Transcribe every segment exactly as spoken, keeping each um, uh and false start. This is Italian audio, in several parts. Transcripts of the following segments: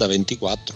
ventiquattro.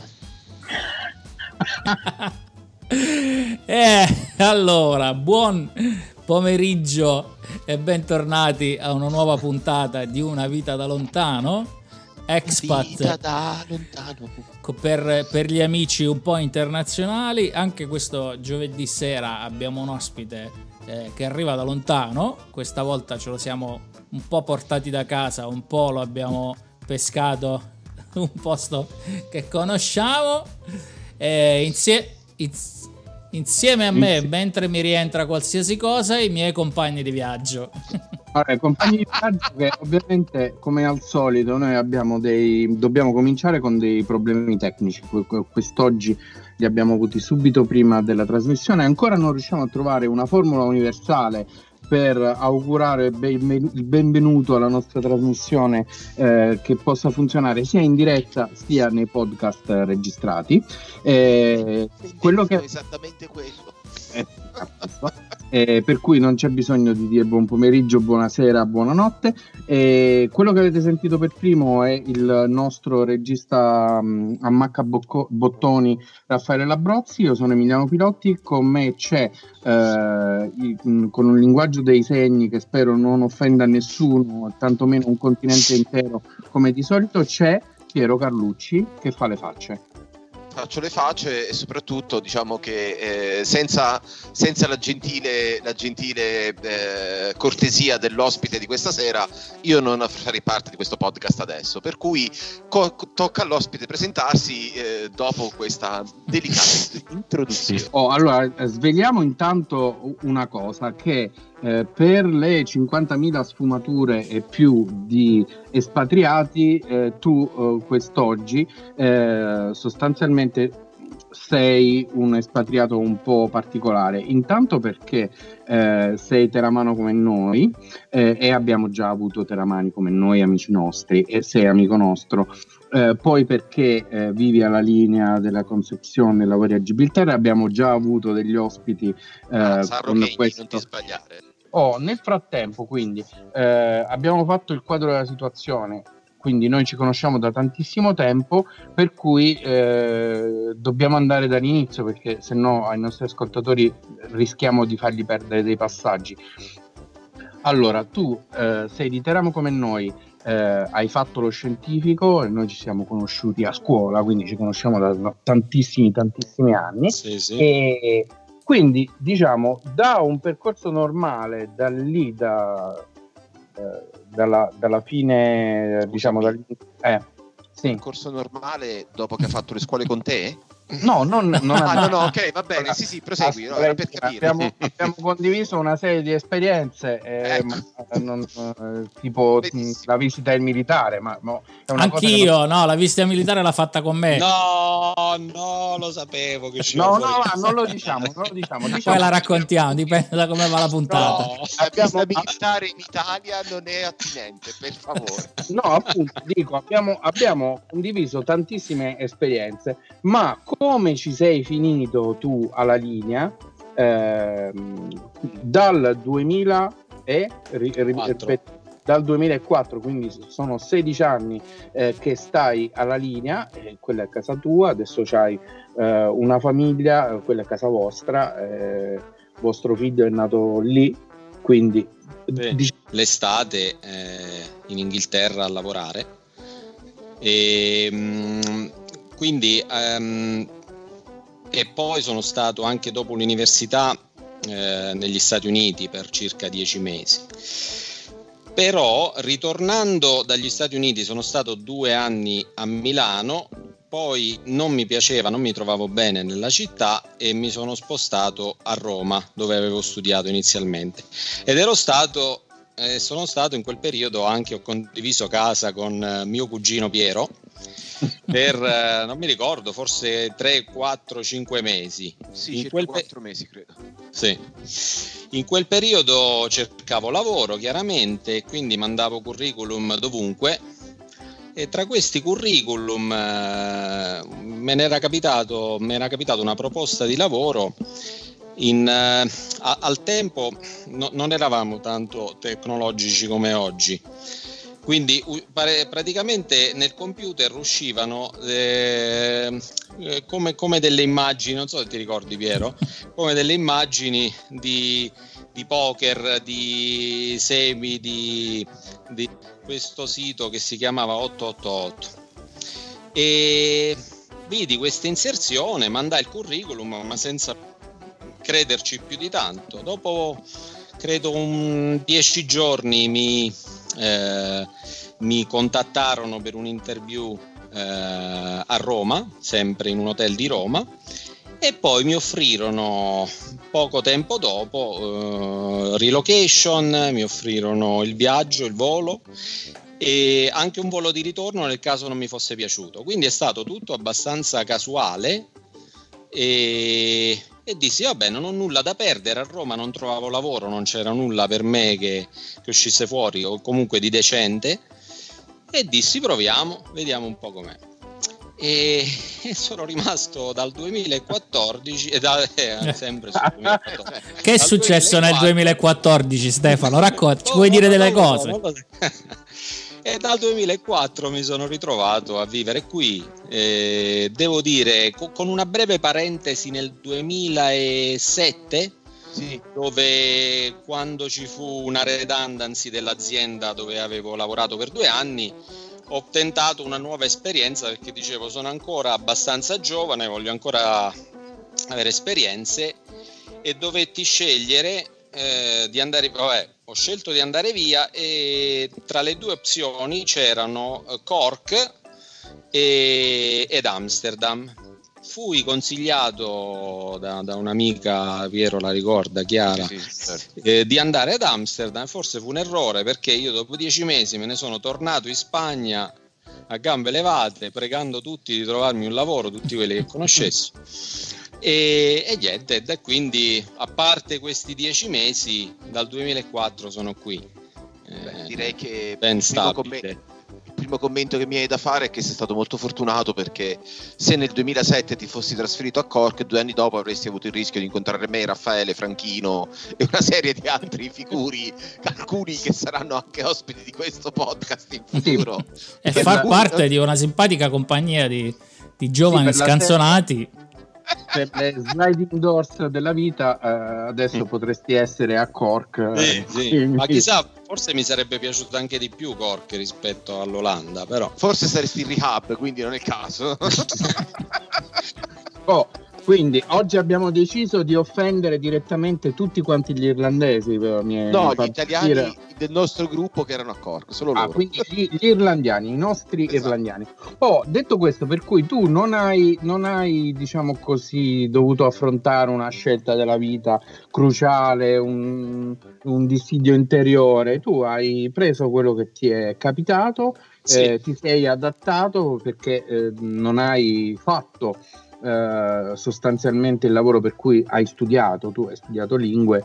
eh, allora, buon pomeriggio e bentornati a una nuova puntata di Una vita da lontano. Expat vita da lontano. Per, per gli amici un po' internazionali. Anche questo giovedì sera abbiamo un ospite eh, che arriva da lontano. Questa volta ce lo siamo un po' portati da casa, un po' lo abbiamo pescato un posto che conosciamo, eh, insie- ins- insieme a me, insie- mentre mi rientra qualsiasi cosa, i miei compagni di viaggio. Allora, compagni di viaggio che ovviamente, come al solito, noi abbiamo dei dobbiamo cominciare con dei problemi tecnici. Quest'oggi li abbiamo avuti subito prima della trasmissione. Ancora non riusciamo a trovare una formula universale per augurare il benvenuto alla nostra trasmissione, eh, che possa funzionare sia in diretta sia nei podcast registrati. Eh, quello che esattamente quello. Eh, eh, per cui non c'è bisogno di dire buon pomeriggio, buonasera, buonanotte. Eh, quello che avete sentito per primo è il nostro regista um, Ammacca Bocco- Bottoni, Raffaele Labrozzi. Io sono Emiliano Pilotti, con me c'è eh, i, mh, con un linguaggio dei segni che spero non offenda nessuno, tantomeno un continente intero come di solito, c'è Piero Carlucci che fa le facce. Faccio le facce e soprattutto diciamo che eh, senza, senza la gentile, la gentile eh, cortesia dell'ospite di questa sera io non farei parte di questo podcast adesso, per cui co- tocca all'ospite presentarsi eh, dopo questa delicata introduzione. Oh, allora sveliamo intanto una cosa, che Eh, per le cinquantamila sfumature e più di espatriati, eh, tu eh, quest'oggi eh, sostanzialmente sei un espatriato un po' particolare, intanto perché eh, sei teramano come noi, eh, e abbiamo già avuto teramani come noi, amici nostri, e sei amico nostro. Eh, poi perché eh, vivi alla linea della Concepción e lavori a Gibilterra, abbiamo già avuto degli ospiti eh, ah, con che questo. Non ti sbagliare. Oh, nel frattempo, quindi, eh, abbiamo fatto il quadro della situazione, quindi noi ci conosciamo da tantissimo tempo, per cui eh, dobbiamo andare dall'inizio, perché se no ai nostri ascoltatori rischiamo di fargli perdere dei passaggi. Allora, tu eh, sei di Teramo come noi, eh, hai fatto lo scientifico e noi ci siamo conosciuti a scuola, quindi ci conosciamo da tantissimi, tantissimi anni. Sì, sì. E quindi, diciamo, da un percorso normale, da lì, da, eh, dalla, dalla fine, Scusami. diciamo, dal, eh, sì. Un corso normale dopo che ha fatto le scuole con te? No, non, non ah, no, no, ok, va bene, sì, sì, prosegui. No, era per capire. Abbiamo, abbiamo condiviso una serie di esperienze, eh, ecco. ma, non, eh, tipo mh, la visita del militare, ma, ma è una anch'io, cosa che non... no, la visita militare l'ha fatta con me. No, no, lo sapevo che no, no, no, non lo diciamo, non lo diciamo, diciamo. Poi la raccontiamo, dipende da come va la puntata. No, la visita militare in Italia non è attinente, per favore. No, appunto, dico, abbiamo, abbiamo condiviso tantissime esperienze, ma come ci sei finito tu alla linea ehm, dal duemila e ri, ri, ripeto, dal duemilaquattro, quindi sono sedici anni eh, che stai alla linea, eh, quella è casa tua, adesso c'hai eh, una famiglia, eh, quella è casa vostra, eh, vostro figlio è nato lì, quindi Beh, dic- l'estate eh, in Inghilterra a lavorare e mh, quindi um, e poi sono stato anche dopo l'università eh, negli Stati Uniti per circa dieci mesi. Però ritornando dagli Stati Uniti sono stato due anni a Milano, poi non mi piaceva, non mi trovavo bene nella città e mi sono spostato a Roma, dove avevo studiato inizialmente, ed ero stato eh, sono stato in quel periodo anche, ho condiviso casa con eh, mio cugino Piero per eh, non mi ricordo, forse tre, quattro, cinque mesi. Sì, in circa quel quattro pe- mesi credo. Sì. In quel periodo cercavo lavoro chiaramente, quindi mandavo curriculum dovunque e tra questi curriculum eh, me n'era capitato me era capitato una proposta di lavoro in, eh, a, al tempo no, non eravamo tanto tecnologici come oggi Quindi praticamente nel computer uscivano eh, come, come delle immagini, non so se ti ricordi Piero, come delle immagini di, di poker, di semi, di, di questo sito che si chiamava otto otto otto. E vidi questa inserzione, mandai il curriculum, ma senza crederci più di tanto. Dopo credo un dieci giorni mi, eh, mi contattarono per un interview eh, a Roma, sempre in un hotel di Roma, e poi mi offrirono poco tempo dopo eh, relocation, mi offrirono il viaggio, il volo e anche un volo di ritorno nel caso non mi fosse piaciuto. Quindi è stato tutto abbastanza casuale e, e dissi vabbè, non ho nulla da perdere, a Roma non trovavo lavoro, non c'era nulla per me che, che uscisse fuori o comunque di decente, e dissi proviamo, vediamo un po' com'è. E, e sono rimasto dal duemilaquattordici e da, eh, sempre sul duemilaquattordici. Che è Dal successo duemilaquattro nel duemilaquattordici, Stefano? Racconta, ci vuoi dire delle cose? E dal duemilaquattro mi sono ritrovato a vivere qui, eh, devo dire co- con una breve parentesi nel duemilasette, sì, dove quando ci fu una redundancy dell'azienda dove avevo lavorato per due anni ho tentato una nuova esperienza, perché dicevo sono ancora abbastanza giovane, voglio ancora avere esperienze, e dovetti scegliere eh, di andare, vabbè, ho scelto di andare via e tra le due opzioni c'erano Cork e, ed Amsterdam. Fui consigliato da, da un'amica, Piero la ricorda, Chiara, sì, sì, certo. eh, di andare ad Amsterdam. Forse fu un errore, perché io dopo dieci mesi me ne sono tornato in Spagna a gambe levate, pregando tutti di trovarmi un lavoro, tutti quelli che conoscessi. E, e niente, e quindi a parte questi dieci mesi, dal duemilaquattro sono qui. Beh, direi che ben il primo, commento, il primo commento che mi hai da fare è che sei stato molto fortunato, perché se nel duemilasette ti fossi trasferito a Cork, due anni dopo avresti avuto il rischio di incontrare me, Raffaele, Franchino e una serie di altri figuri, alcuni che saranno anche ospiti di questo podcast in futuro. E far parte di una simpatica compagnia di, di giovani sì, scanzonati. Per le sliding doors della vita eh, adesso mm. potresti essere a Cork, sì, eh, sì. quindi... ma chissà, forse mi sarebbe piaciuto anche di più Cork rispetto all'Olanda, però forse saresti in rehab, quindi non è il caso. Oh, quindi oggi abbiamo deciso di offendere direttamente tutti quanti gli irlandesi, però, mi no, gli italiani dire... del nostro gruppo che erano a Cork, solo ah, loro. Quindi gli, gli irlandiani, i nostri esatto. irlandiani. Oh, detto questo, per cui tu non hai, non hai, diciamo così, dovuto affrontare una scelta della vita cruciale, un, un dissidio interiore, tu hai preso quello che ti è capitato, sì. eh, ti sei adattato perché eh, non hai fatto Uh, sostanzialmente il lavoro per cui hai studiato, tu hai studiato lingue,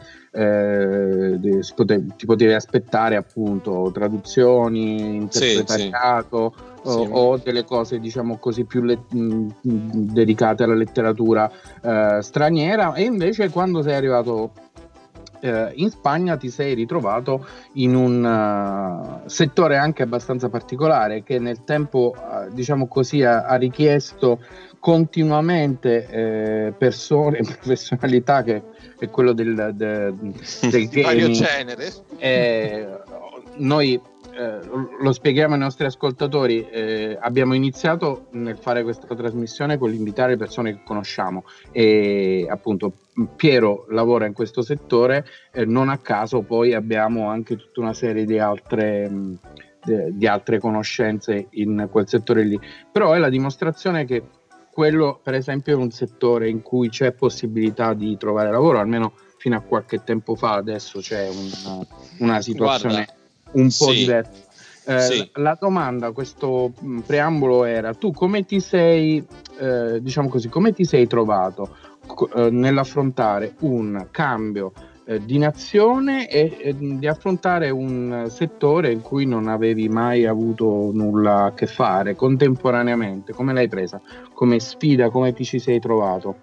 eh, ti potevi aspettare appunto traduzioni, interpretariato sì, sì. O, sì. o delle cose diciamo così più le, mh, dedicate alla letteratura uh, straniera, e invece quando sei arrivato uh, in Spagna ti sei ritrovato in un uh, settore anche abbastanza particolare, che nel tempo uh, diciamo così ha, ha richiesto continuamente eh, persone, professionalità, che è quello del, del, del di vario genere. Eh, noi eh, lo spieghiamo ai nostri ascoltatori, eh, abbiamo iniziato nel fare questa trasmissione con l'invitare persone che conosciamo, e appunto Piero lavora in questo settore, eh, non a caso poi abbiamo anche tutta una serie di altre mh, di altre conoscenze in quel settore lì, però è la dimostrazione che quello per esempio è un settore in cui c'è possibilità di trovare lavoro, almeno fino a qualche tempo fa. Adesso c'è una, una situazione Guarda, un po' sì, diversa. Eh, sì. La domanda, questo preambolo era: tu come ti sei, eh, diciamo così, come ti sei trovato eh, nell'affrontare un cambio eh, di nazione e eh, di affrontare un settore in cui non avevi mai avuto nulla a che fare contemporaneamente? Come l'hai presa? Come sfida, come ti ci sei trovato?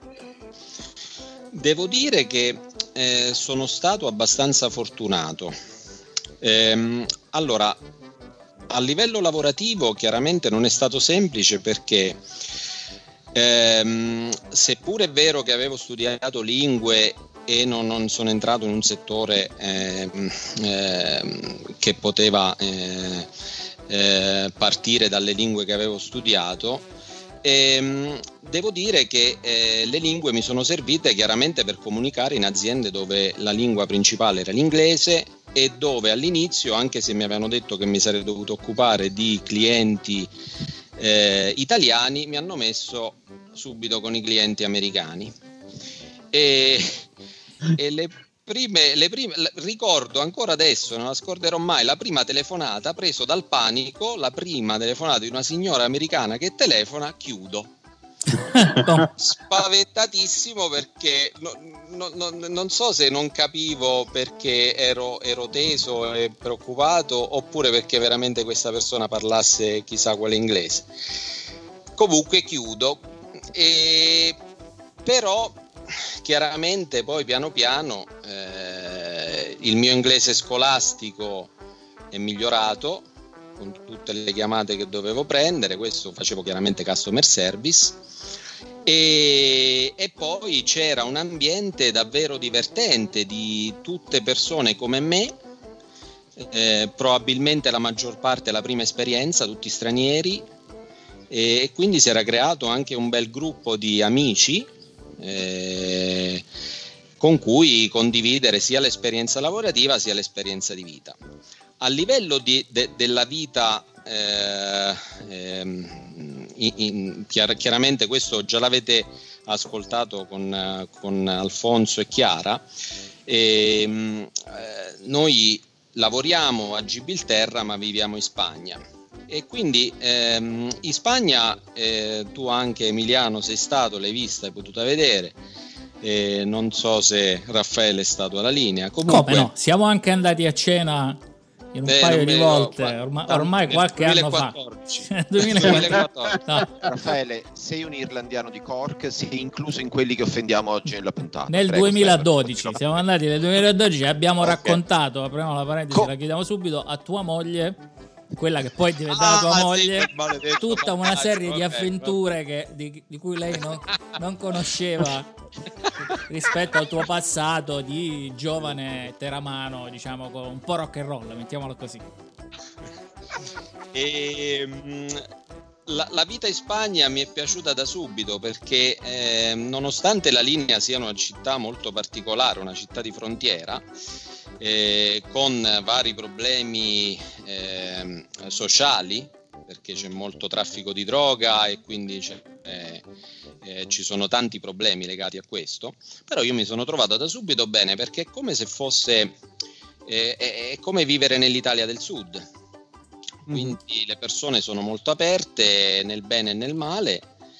Devo dire che eh, sono stato abbastanza fortunato. Ehm, allora, a livello lavorativo chiaramente non è stato semplice perché ehm, seppure è vero che avevo studiato lingue e non, non sono entrato in un settore eh, eh, che poteva eh, eh, partire dalle lingue che avevo studiato, ehm, devo dire che eh, le lingue mi sono servite chiaramente per comunicare in aziende dove la lingua principale era l'inglese e dove all'inizio, anche se mi avevano detto che mi sarei dovuto occupare di clienti eh, italiani, mi hanno messo subito con i clienti americani. E E le prime, le prime, ricordo ancora adesso, non la scorderò mai, la prima telefonata, preso dal panico, la prima telefonata di una signora americana che telefona, chiudo. Spaventatissimo perché no, no, no, non so se non capivo perché ero, ero teso e preoccupato oppure perché veramente questa persona parlasse chissà quale inglese. Comunque chiudo, e, però chiaramente poi piano piano eh, il mio inglese scolastico è migliorato con tutte le chiamate che dovevo prendere, questo facevo chiaramente customer service e, e poi c'era un ambiente davvero divertente di tutte persone come me, eh, probabilmente la maggior parte la prima esperienza, tutti stranieri, e quindi si era creato anche un bel gruppo di amici Eh, con cui condividere sia l'esperienza lavorativa sia l'esperienza di vita. A livello di, de, della vita eh, eh, in, in, chiar, chiaramente questo già l'avete ascoltato con, con Alfonso e Chiara, e, eh, noi lavoriamo a Gibilterra ma viviamo in Spagna. E quindi ehm, in Spagna eh, tu anche Emiliano sei stato, l'hai vista, hai potuto vedere, eh, non so se Raffaele è stato alla linea. Comunque, come no, siamo anche andati a cena in un eh, paio di volte, ormai, ormai qualche duemilaquattordici. Anno fa. duemilaquattordici. No. Raffaele, sei un irlandiano di Cork, sei incluso in quelli che offendiamo oggi nella puntata. Nel Prego, duemiladodici, Stefano. siamo andati nel duemiladodici e abbiamo okay. raccontato, apriamo la parentesi, Co- la chiudiamo subito, a tua moglie, quella che poi è diventata ah, tua moglie, sì, tutta una serie okay, di avventure okay. che, di, di cui lei non, non conosceva rispetto al tuo passato di giovane teramano, diciamo, con un po' rock and roll, mettiamolo così. E, la, la vita in Spagna mi è piaciuta da subito perché eh, nonostante la linea sia una città molto particolare, una città di frontiera, Eh, con vari problemi eh, sociali, perché c'è molto traffico di droga e quindi c'è, eh, eh, ci sono tanti problemi legati a questo, però io mi sono trovato da subito bene perché è come se fosse eh, è, è come vivere nell'Italia del Sud, quindi mm. le persone sono molto aperte nel bene e nel male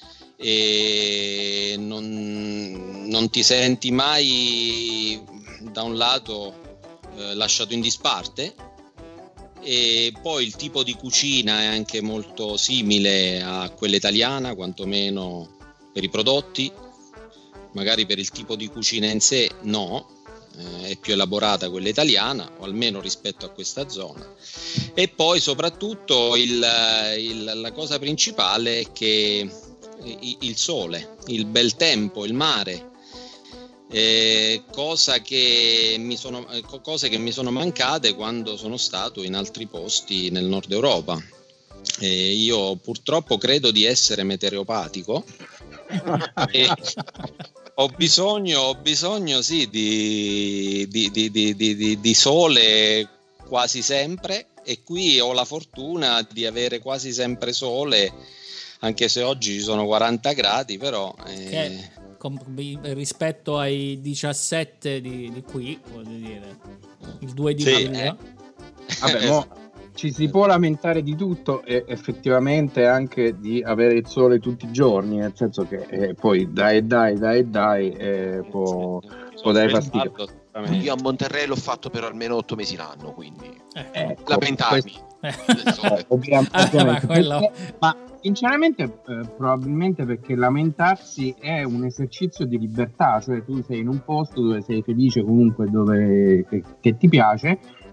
e non, non ti senti mai da un lato lasciato in disparte, e poi il tipo di cucina è anche molto simile a quella italiana, quantomeno per i prodotti, magari per il tipo di cucina in sé no, eh, è più elaborata quella italiana, o almeno rispetto a questa zona. E poi soprattutto il, il, la cosa principale è che il, il sole, il bel tempo, il mare, Eh, cosa che mi sono, eh, cose che mi sono mancate quando sono stato in altri posti nel nord Europa. Eh, io purtroppo credo di essere meteoropatico e ho bisogno, ho bisogno sì di, di, di, di, di, di sole quasi sempre, e qui ho la fortuna di avere quasi sempre sole, anche se oggi ci sono quaranta gradi, però eh, che... rispetto ai diciassette di, di qui, voglio dire, il due di sì, luglio. Eh. Vabbè, mo ci si può lamentare di tutto e effettivamente anche di avere il sole tutti i giorni, nel senso che eh, poi dai dai dai dai eh, può, può dare fastidio. Io a Monterrey l'ho fatto per almeno otto mesi l'anno, quindi eh, ecco, lamentarmi. Eh, ovviamente, ovviamente. Ah, ma, ma sinceramente eh, probabilmente perché lamentarsi è un esercizio di libertà, cioè tu sei in un posto dove sei felice, comunque dove che, che ti piace,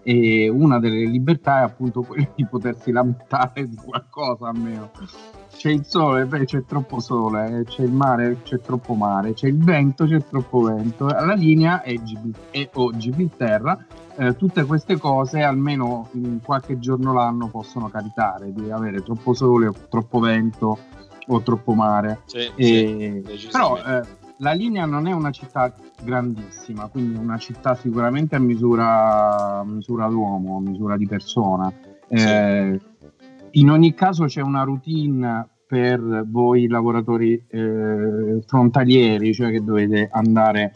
e una delle libertà è appunto quella di potersi lamentare di qualcosa almeno. C'è il sole, beh, c'è troppo sole, c'è il mare, c'è troppo mare, c'è il vento, c'è troppo vento, la linea è Gib- e o Gibilterra. Eh, tutte queste cose almeno in qualche giorno l'anno possono capitare, di avere troppo sole o troppo vento o troppo mare. Sì, e, sì, però eh, la linea non è una città grandissima, quindi una città sicuramente a misura, a misura d'uomo, a misura di persona. Eh, sì. In ogni caso c'è una routine per voi lavoratori eh, frontalieri, cioè che dovete andare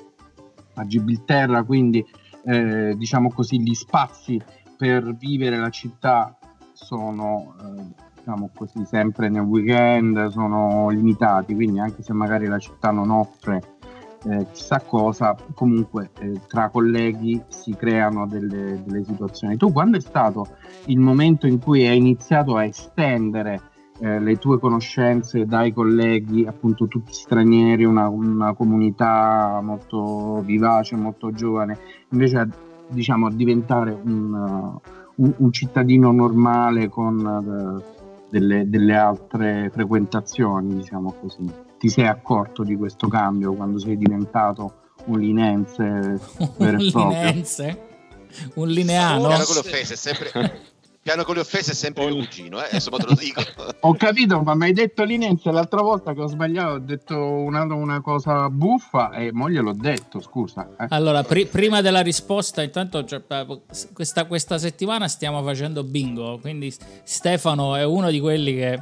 a Gibilterra, quindi eh, diciamo così gli spazi per vivere la città sono eh, diciamo così sempre nel weekend, sono limitati, quindi anche se magari la città non offre eh, chissà cosa, comunque eh, tra colleghi si creano delle, delle situazioni. Tu quando è stato il momento in cui hai iniziato a estendere eh, le tue conoscenze dai colleghi, appunto tutti stranieri, una, una comunità molto vivace, molto giovane, invece a, diciamo a diventare un, uh, un, un cittadino normale con uh, delle, delle altre frequentazioni, diciamo così? Ti sei accorto di questo cambio quando sei diventato un linense vero e proprio? Un linense? Un lineano? Piano con le offese è sempre, piano con le offese è sempre mio cugino, eh? Adesso te lo dico. Ho capito, ma mi hai detto linense l'altra volta che ho sbagliato, ho detto una, una cosa buffa e mo gliel'ho detto, scusa. Eh. Allora, pri- prima della risposta, intanto cioè, questa, questa settimana stiamo facendo bingo, quindi Stefano è uno di quelli che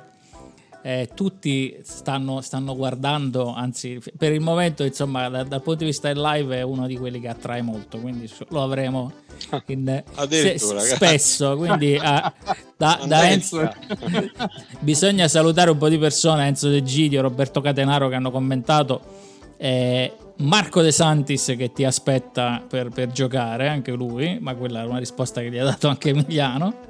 Eh, tutti stanno, stanno guardando, anzi per il momento insomma da, dal punto di vista del live è uno di quelli che attrae molto, quindi lo avremo in, se, spesso, quindi a, da, da Enzo bisogna salutare un po' di persone, Enzo De Gidio, Roberto Catenaro che hanno commentato, eh, Marco De Santis che ti aspetta per, per giocare anche lui, ma quella è una risposta che gli ha dato anche Emiliano.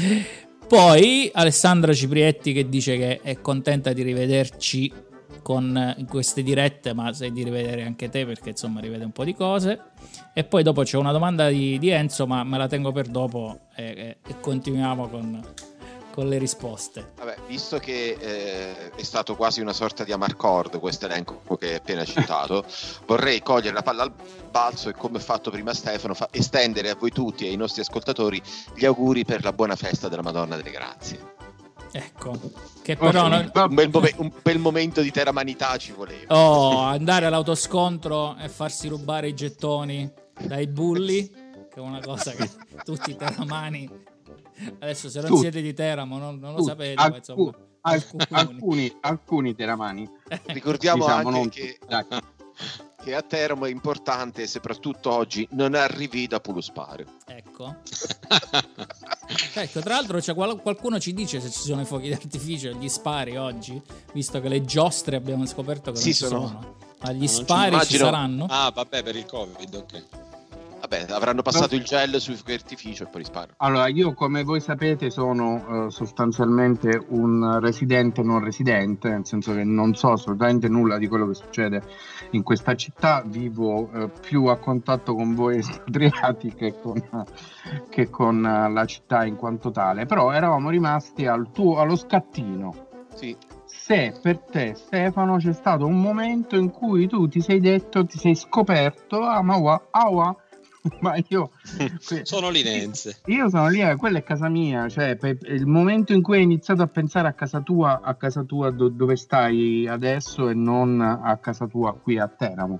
Poi Alessandra Ciprietti che dice che è contenta di rivederci con in queste dirette, ma sei di rivedere anche te perché insomma rivede un po' di cose. E poi dopo c'è una domanda di, di Enzo, ma me la tengo per dopo e, e, e continuiamo con, con le risposte. Vabbè, visto che eh, è stato quasi una sorta di Amarcord questo elenco che hai appena citato, vorrei cogliere la palla al balzo e, come ho fatto prima Stefano, fa- estendere a voi tutti e ai nostri ascoltatori gli auguri per la buona festa della Madonna delle Grazie. Ecco, che però un, non... un, bel mom- un bel momento di teramanità ci voleva. Oh, andare all'autoscontro e farsi rubare i gettoni dai bulli, che è una cosa che tutti i teramani adesso, se non Tutti. siete di Teramo non, non lo Tutti. sapete, Alcu- ma insomma alc- alcuni. alcuni, alcuni teramani. Ricordiamo Diciamo, anche non che, tutti. che a Teramo è importante, soprattutto oggi, non arrivi da Puluspare. Ecco. Ecco, tra l'altro c'è qual- qualcuno ci dice se ci sono i fuochi d'artificio, gli spari oggi, visto che le giostre abbiamo scoperto che Sì, non ci sono. sono. Ma gli Non ci spari ci immagino. saranno? Ah, vabbè, per il Covid, ok. Vabbè, avranno passato il gel sui fuochi d'artificio e poi risparano. Allora, io come voi sapete sono eh, sostanzialmente un residente non residente, nel senso che non so assolutamente nulla di quello che succede in questa città, vivo eh, più a contatto con voi espatriati che con, che con eh, la città in quanto tale, però eravamo rimasti al tuo, allo scattino. Sì. Se per te, Stefano, c'è stato un momento in cui tu ti sei detto, ti sei scoperto, ah ma wa, ah wa, ma io sono linense. Io sono lì, quella è casa mia, cioè per, il momento in cui hai iniziato a pensare a casa tua, a casa tua do, dove stai adesso e non a casa tua qui a Teramo.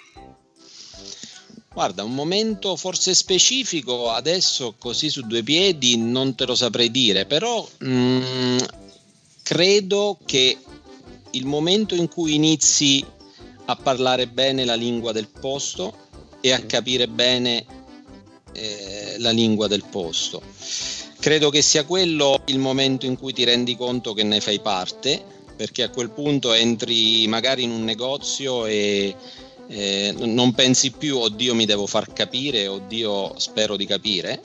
Guarda, un momento forse specifico adesso così su due piedi non te lo saprei dire, però mh, credo che il momento in cui inizi a parlare bene la lingua del posto e a capire bene eh, la lingua del posto, credo che sia quello il momento in cui ti rendi conto che ne fai parte, perché a quel punto entri magari in un negozio e eh, non pensi più oddio mi devo far capire, oddio spero di capire,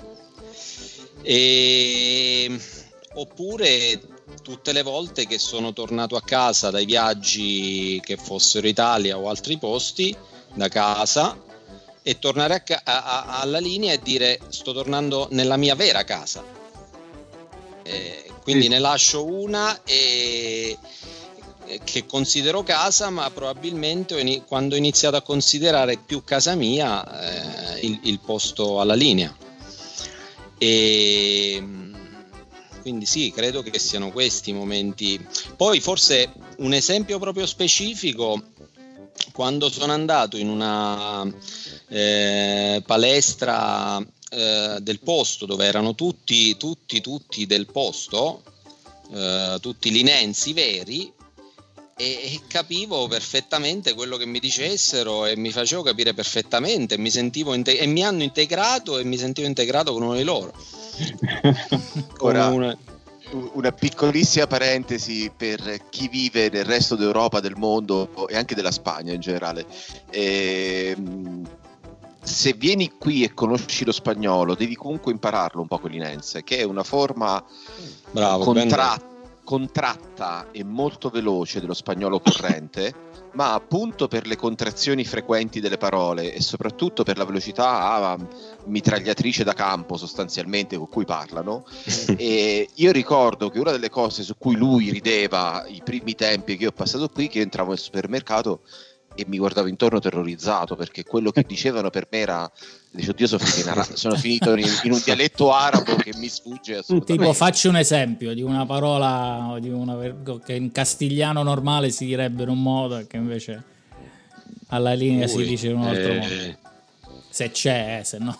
e, oppure tutte le volte che sono tornato a casa dai viaggi, che fossero Italia o altri posti, da casa, e tornare a ca- a- a- alla linea e dire sto tornando nella mia vera casa. Eh, quindi sì. Ne lascio una e che considero casa, ma probabilmente in- quando ho iniziato a considerare più casa mia eh, il, il posto alla linea. E quindi sì, credo che siano questi i momenti. Poi forse un esempio proprio specifico, quando sono andato in una eh, palestra eh, del posto dove erano tutti tutti tutti del posto, eh, tutti linensi veri, e, e capivo perfettamente quello che mi dicessero e mi facevo capire perfettamente, mi sentivo inte- e mi hanno integrato e mi sentivo integrato con uno di loro. Ora, una... una piccolissima parentesi per chi vive nel resto d'Europa, del mondo e anche della Spagna in generale. Ehm, se vieni qui e conosci lo spagnolo, devi comunque impararlo un po' con l'inense, che è una forma Bravo, contratta, contratta e molto veloce dello spagnolo corrente, ma appunto per le contrazioni frequenti delle parole e soprattutto per la velocità a mitragliatrice da campo sostanzialmente con cui parlano. E io ricordo che una delle cose su cui lui rideva i primi tempi che io ho passato qui, che io entravo al supermercato e mi guardavo intorno terrorizzato, perché quello che dicevano per me era, dicevo, Dio, sono finito in, ara- sono finito in, in un dialetto arabo che mi sfugge assolutamente. Tipo, facci un esempio di una parola di una, che in castigliano normale si direbbe in un modo e che invece alla linea Ui, si dice in un altro eh... modo, se c'è, eh, se no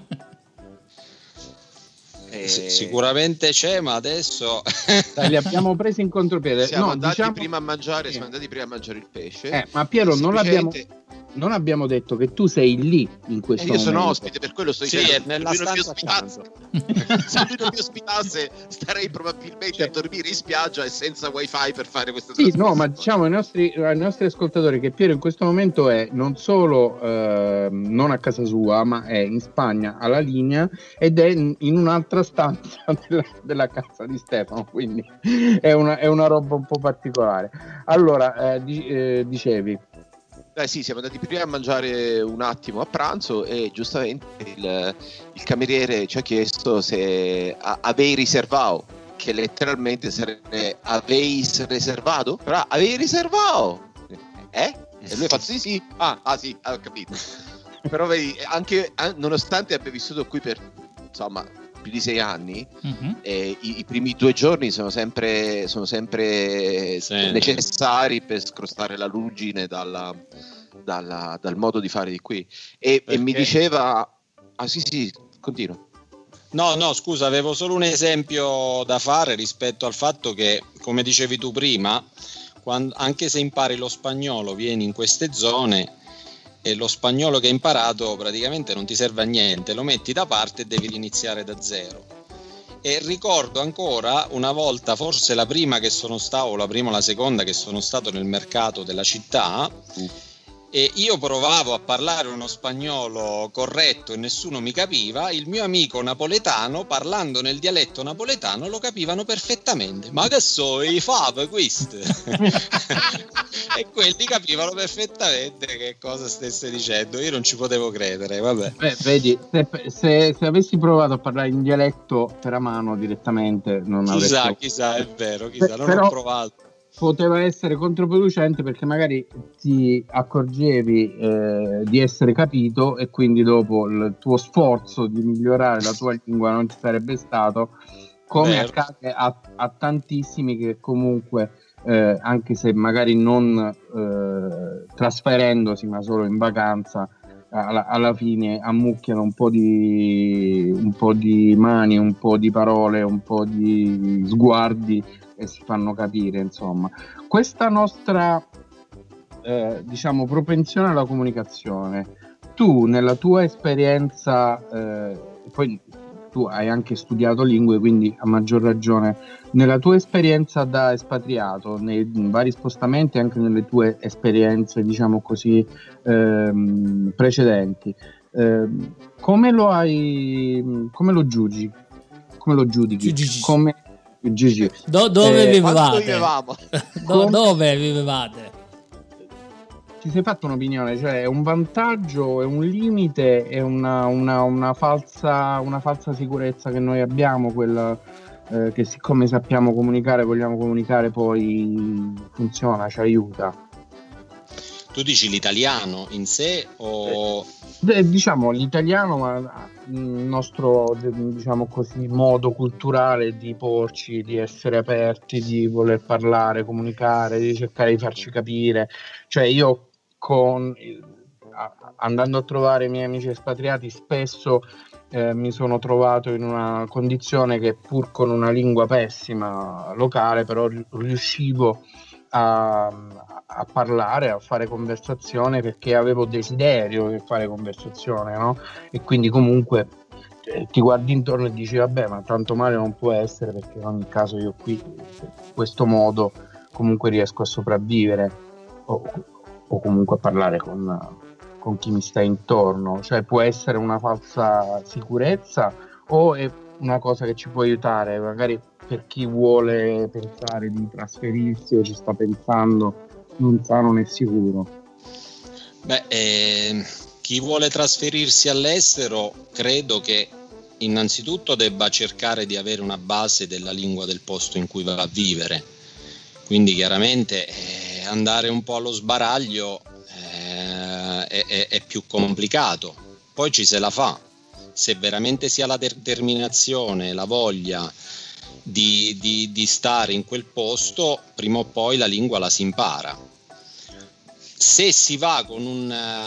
Eh, sicuramente c'è, ma adesso Dai, li abbiamo presi in contropiede. Siamo no, andati diciamo... prima a mangiare, siamo andati prima a mangiare il pesce. Eh, ma Piero, non l'abbiamo non abbiamo detto che tu sei lì in questo eh, io momento. sono ospite, per quello sto dicendo. Sì, è nella stanza. Se lui non mi ospitasse, starei probabilmente cioè, a dormire in spiaggia e senza wifi per fare questa sì, no, ma diciamo ai nostri, ai nostri ascoltatori che Piero in questo momento è non solo eh, non a casa sua, ma è in Spagna alla linea ed è in, in un'altra stanza della, della casa di Stefano, quindi è una, è una roba un po' particolare. Allora, eh, di, eh, dicevi Eh sì, siamo andati prima a mangiare un attimo a pranzo e giustamente il, il cameriere ci ha chiesto se a, avevi riservato, che letteralmente sarebbe aveis reservato? Però avevi riservato? Eh? E lui ha fatto sì sì, ah, ah sì, ho capito. Però vedi, anche nonostante abbia vissuto qui per insomma più di sei anni, uh-huh. eh, i, i primi due giorni sono sempre, sono sempre sì. necessari per scrostare la ruggine dalla, dalla, dal modo di fare di qui. E, e mi diceva, ah sì sì, continuo. No, no, scusa, avevo solo un esempio da fare rispetto al fatto che, come dicevi tu prima, quando, anche se impari lo spagnolo, vieni in queste zone e lo spagnolo che hai imparato praticamente non ti serve a niente, lo metti da parte e devi riniziare da zero. E ricordo ancora una volta, forse la prima che sono stato, o la prima o la seconda che sono stato nel mercato della città, uh. e io provavo a parlare uno spagnolo corretto e nessuno mi capiva. Il mio amico napoletano, parlando nel dialetto napoletano, lo capivano perfettamente. Ma che so, i fave questo? E quelli capivano perfettamente che cosa stesse dicendo. Io non ci potevo credere, vabbè. Beh, vedi, se, se, se avessi provato a parlare in dialetto per mano direttamente non avrei... Chissà, chissà, è vero, chissà, non però... ho provato. Poteva essere controproducente perché magari ti accorgevi eh, di essere capito e quindi dopo il tuo sforzo di migliorare la tua lingua non ci sarebbe stato, come Vero. accade a, a tantissimi che comunque eh, anche se magari non eh, trasferendosi ma solo in vacanza alla, alla fine ammucchiano un po' di un po' di mani, un po' di parole, un po' di sguardi e si fanno capire, insomma. Questa nostra eh, diciamo propensione alla comunicazione, tu nella tua esperienza eh, poi tu hai anche studiato lingue, quindi a maggior ragione nella tua esperienza da espatriato, nei vari spostamenti, anche nelle tue esperienze diciamo così ehm, precedenti, ehm, come lo hai, come lo giugi, come lo giudichi, Gigi. come Gigi. Do, dove eh, vivevate? vivevamo? Do, dove vivevate? ti sei fatto un'opinione, cioè è un vantaggio, è un limite, è una, una, una, falsa, una falsa sicurezza che noi abbiamo, quella eh, che siccome sappiamo comunicare, vogliamo comunicare, poi funziona, ci aiuta. Tu dici l'italiano in sé o... Eh, diciamo l'italiano, ma il nostro, diciamo così, modo culturale di porci, di essere aperti, di voler parlare, comunicare, di cercare di farci capire. Cioè io con andando a trovare i miei amici espatriati spesso eh, mi sono trovato in una condizione che pur con una lingua pessima locale però riuscivo a, a parlare, a fare conversazione perché avevo desiderio di fare conversazione, no? E quindi comunque eh, ti guardi intorno e dici vabbè, ma tanto male non può essere, perché in ogni caso io qui in questo modo comunque riesco a sopravvivere o, o comunque a parlare con, con chi mi sta intorno. Cioè può essere una falsa sicurezza o è una cosa che ci può aiutare magari per chi vuole pensare di trasferirsi o ci sta pensando, non sa, non è sicuro. Beh, eh, chi vuole trasferirsi all'estero credo che innanzitutto debba cercare di avere una base della lingua del posto in cui va a vivere, quindi chiaramente eh, andare un po' allo sbaraglio eh, è, è, è più complicato. Poi ci se la fa, se veramente si ha la determinazione, la voglia di, di, di stare in quel posto, prima o poi la lingua la si impara. Se si va con un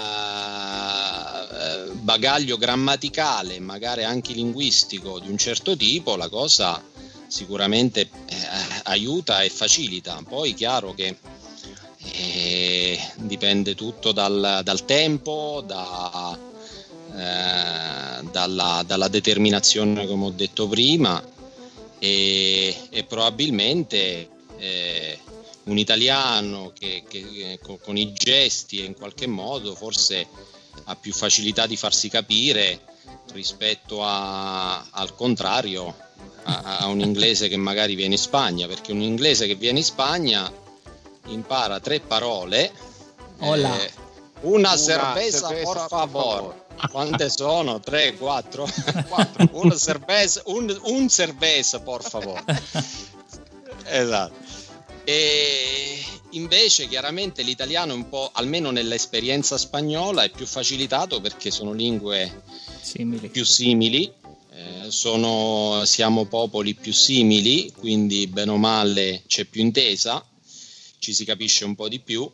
uh, bagaglio grammaticale, magari anche linguistico di un certo tipo, la cosa sicuramente eh, aiuta e facilita. Poi chiaro che eh, dipende tutto dal, dal tempo, da, eh, dalla, dalla determinazione, come ho detto prima, e, e probabilmente eh, un italiano che, che con, con i gesti e in qualche modo forse ha più facilità di farsi capire rispetto a, al contrario a, a un inglese che magari viene in Spagna, perché un inglese che viene in Spagna impara tre parole, Hola. Eh, una, una cerveza, cerveza por por favor. favor. Quante sono? Tre, quattro? Quattro. Una cerveza, un, un cerveza, por favor. Esatto. E invece chiaramente l'italiano è un po', almeno nell'esperienza spagnola, è più facilitato perché sono lingue simili. più simili, eh, sono, siamo popoli più simili, quindi bene o male c'è più intesa, ci si capisce un po' di più,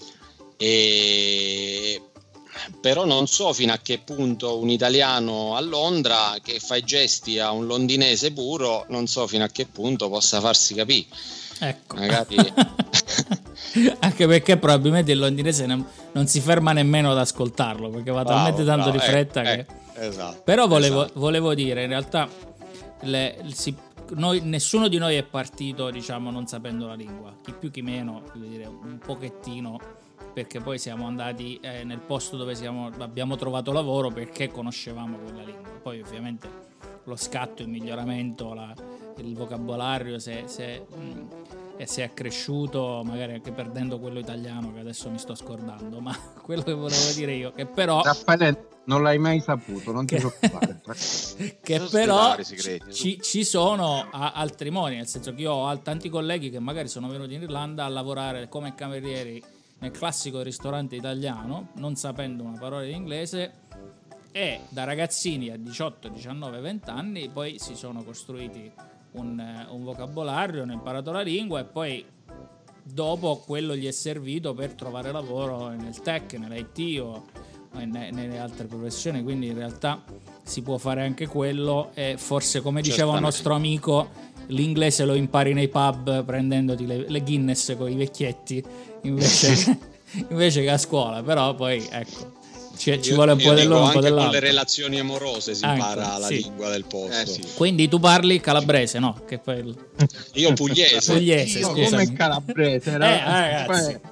e però non so fino a che punto un italiano a Londra che fa i gesti a un londinese puro, non so fino a che punto possa farsi capire. Ecco. Magari... anche perché probabilmente il londinese non, non si ferma nemmeno ad ascoltarlo, perché va bravo, talmente tanto bravo, di fretta eh, che... eh, esatto, però volevo, esatto. volevo dire, in realtà le, si, noi, nessuno di noi è partito, diciamo, non sapendo la lingua, chi più chi meno, voglio dire, un pochettino, perché poi siamo andati eh, nel posto dove siamo, abbiamo trovato lavoro perché conoscevamo quella lingua. Poi ovviamente lo scatto, il miglioramento, la, il vocabolario se, se, mh, si è cresciuto, magari anche perdendo quello italiano che adesso mi sto scordando, ma quello che volevo dire io, che però Raffaele, non l'hai mai saputo, non ti che, preoccupare. che però ci, ci, ci sono a, altri modi, nel senso che io ho tanti colleghi che magari sono venuti in Irlanda a lavorare come camerieri nel classico ristorante italiano, non sapendo una parola di inglese, e da ragazzini a diciotto, diciannove, venti anni poi si sono costruiti un, un vocabolario, hanno imparato la lingua e poi dopo quello gli è servito per trovare lavoro nel tech, nell'I T o in, nelle altre professioni, quindi in realtà si può fare anche quello, e forse, come diceva un nostro amico, l'inglese lo impari nei pub prendendoti le, le Guinness con i vecchietti invece, che, invece che a scuola. Però poi ecco, ci, ci vuole un po' dell'uno, un po' dell'altro. Con le relazioni amorose si anche, impara la sì. lingua del posto. Eh, sì. Quindi tu parli calabrese, no? Che poi il... Io pugliese. pugliese, Io scusami. come calabrese, eh, ragazzi.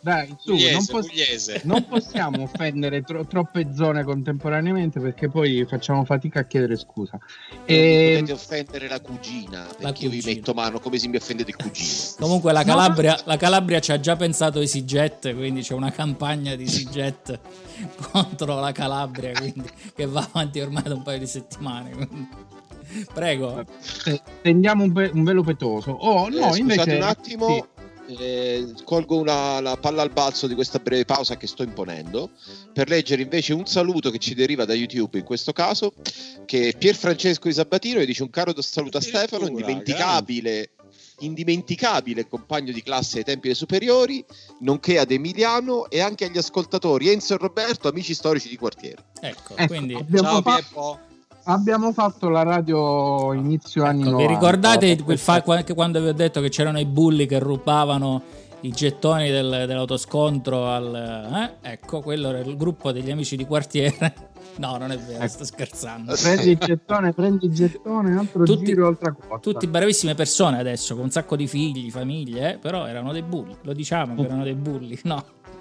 Dai, su, pugliese, non, poss- pugliese. non possiamo offendere tro- troppe zone contemporaneamente perché poi facciamo fatica a chiedere scusa. E... E... potete offendere la cugina, perché La io vi cugina. metto mano come se mi offendete il cugino. Comunque la Calabria, la Calabria ci ha già pensato EasyJet, quindi c'è una campagna di EasyJet contro la Calabria, quindi, che va avanti ormai da un paio di settimane. Quindi. Prego. Tendiamo un, be- un velo petoso. Oh, no, eh, invece... Scusate un attimo, sì. eh, colgo una, la palla al balzo di questa breve pausa che sto imponendo per leggere invece un saluto che ci deriva da YouTube in questo caso, che è Pier Francesco Di Sabatino, e dice: un caro saluto a Stefano, indimenticabile indimenticabile compagno di classe ai tempi dei superiori, nonché ad Emiliano e anche agli ascoltatori Enzo e Roberto, amici storici di quartiere. Ecco, Ecco, quindi abbiamo Ciao fatto- Pieppo. Abbiamo fatto la radio inizio anni ecco, novanta. vi ricordate quel fa- anche quando vi ho detto che c'erano i bulli che rubavano i gettoni del- dell'autoscontro al, eh? Ecco, quello era il gruppo degli amici di quartiere. No, non è vero, Ecco. sto scherzando. Prendi il gettone, prendi il gettone, altro Tutti- giro, altra cosa. Tutti bravissime persone adesso, con un sacco di figli, famiglie, eh? Però erano dei bulli, lo diciamo che erano dei bulli, no?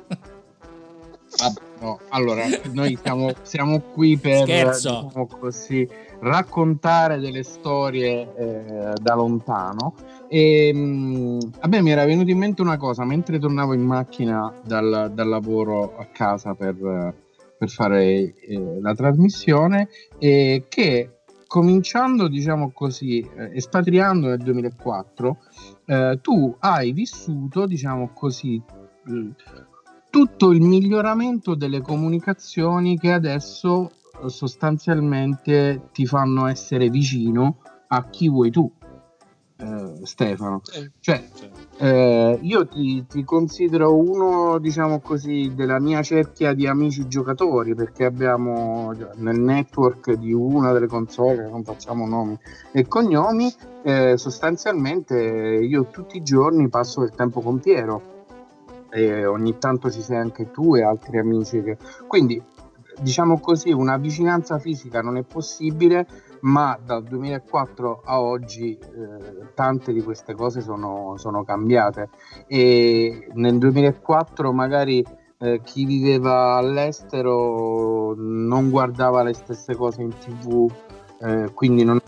Vabbè, no. Allora, noi siamo, siamo qui per Scherzo. diciamo così, raccontare delle storie eh, da lontano. E mh, a me mi era venuta in mente una cosa mentre tornavo in macchina dal, dal lavoro a casa per, per fare eh, la trasmissione, e che cominciando, diciamo così, eh, espatriando nel duemilaquattro, eh, tu hai vissuto, diciamo così, mh, tutto il miglioramento delle comunicazioni che adesso eh, sostanzialmente ti fanno essere vicino a chi vuoi tu, eh, Stefano. Eh, Cioè, cioè, eh, io ti, ti considero uno, diciamo così, della mia cerchia di amici giocatori, perché abbiamo nel network di una delle console, non facciamo nomi e cognomi, eh, sostanzialmente io tutti i giorni passo del tempo con Piero. E ogni tanto ci sei anche tu e altri amici che... quindi diciamo così una vicinanza fisica non è possibile, ma dal duemilaquattro a oggi eh, tante di queste cose sono, sono cambiate, e nel duemilaquattro magari eh, chi viveva all'estero non guardava le stesse cose in tv, eh, quindi non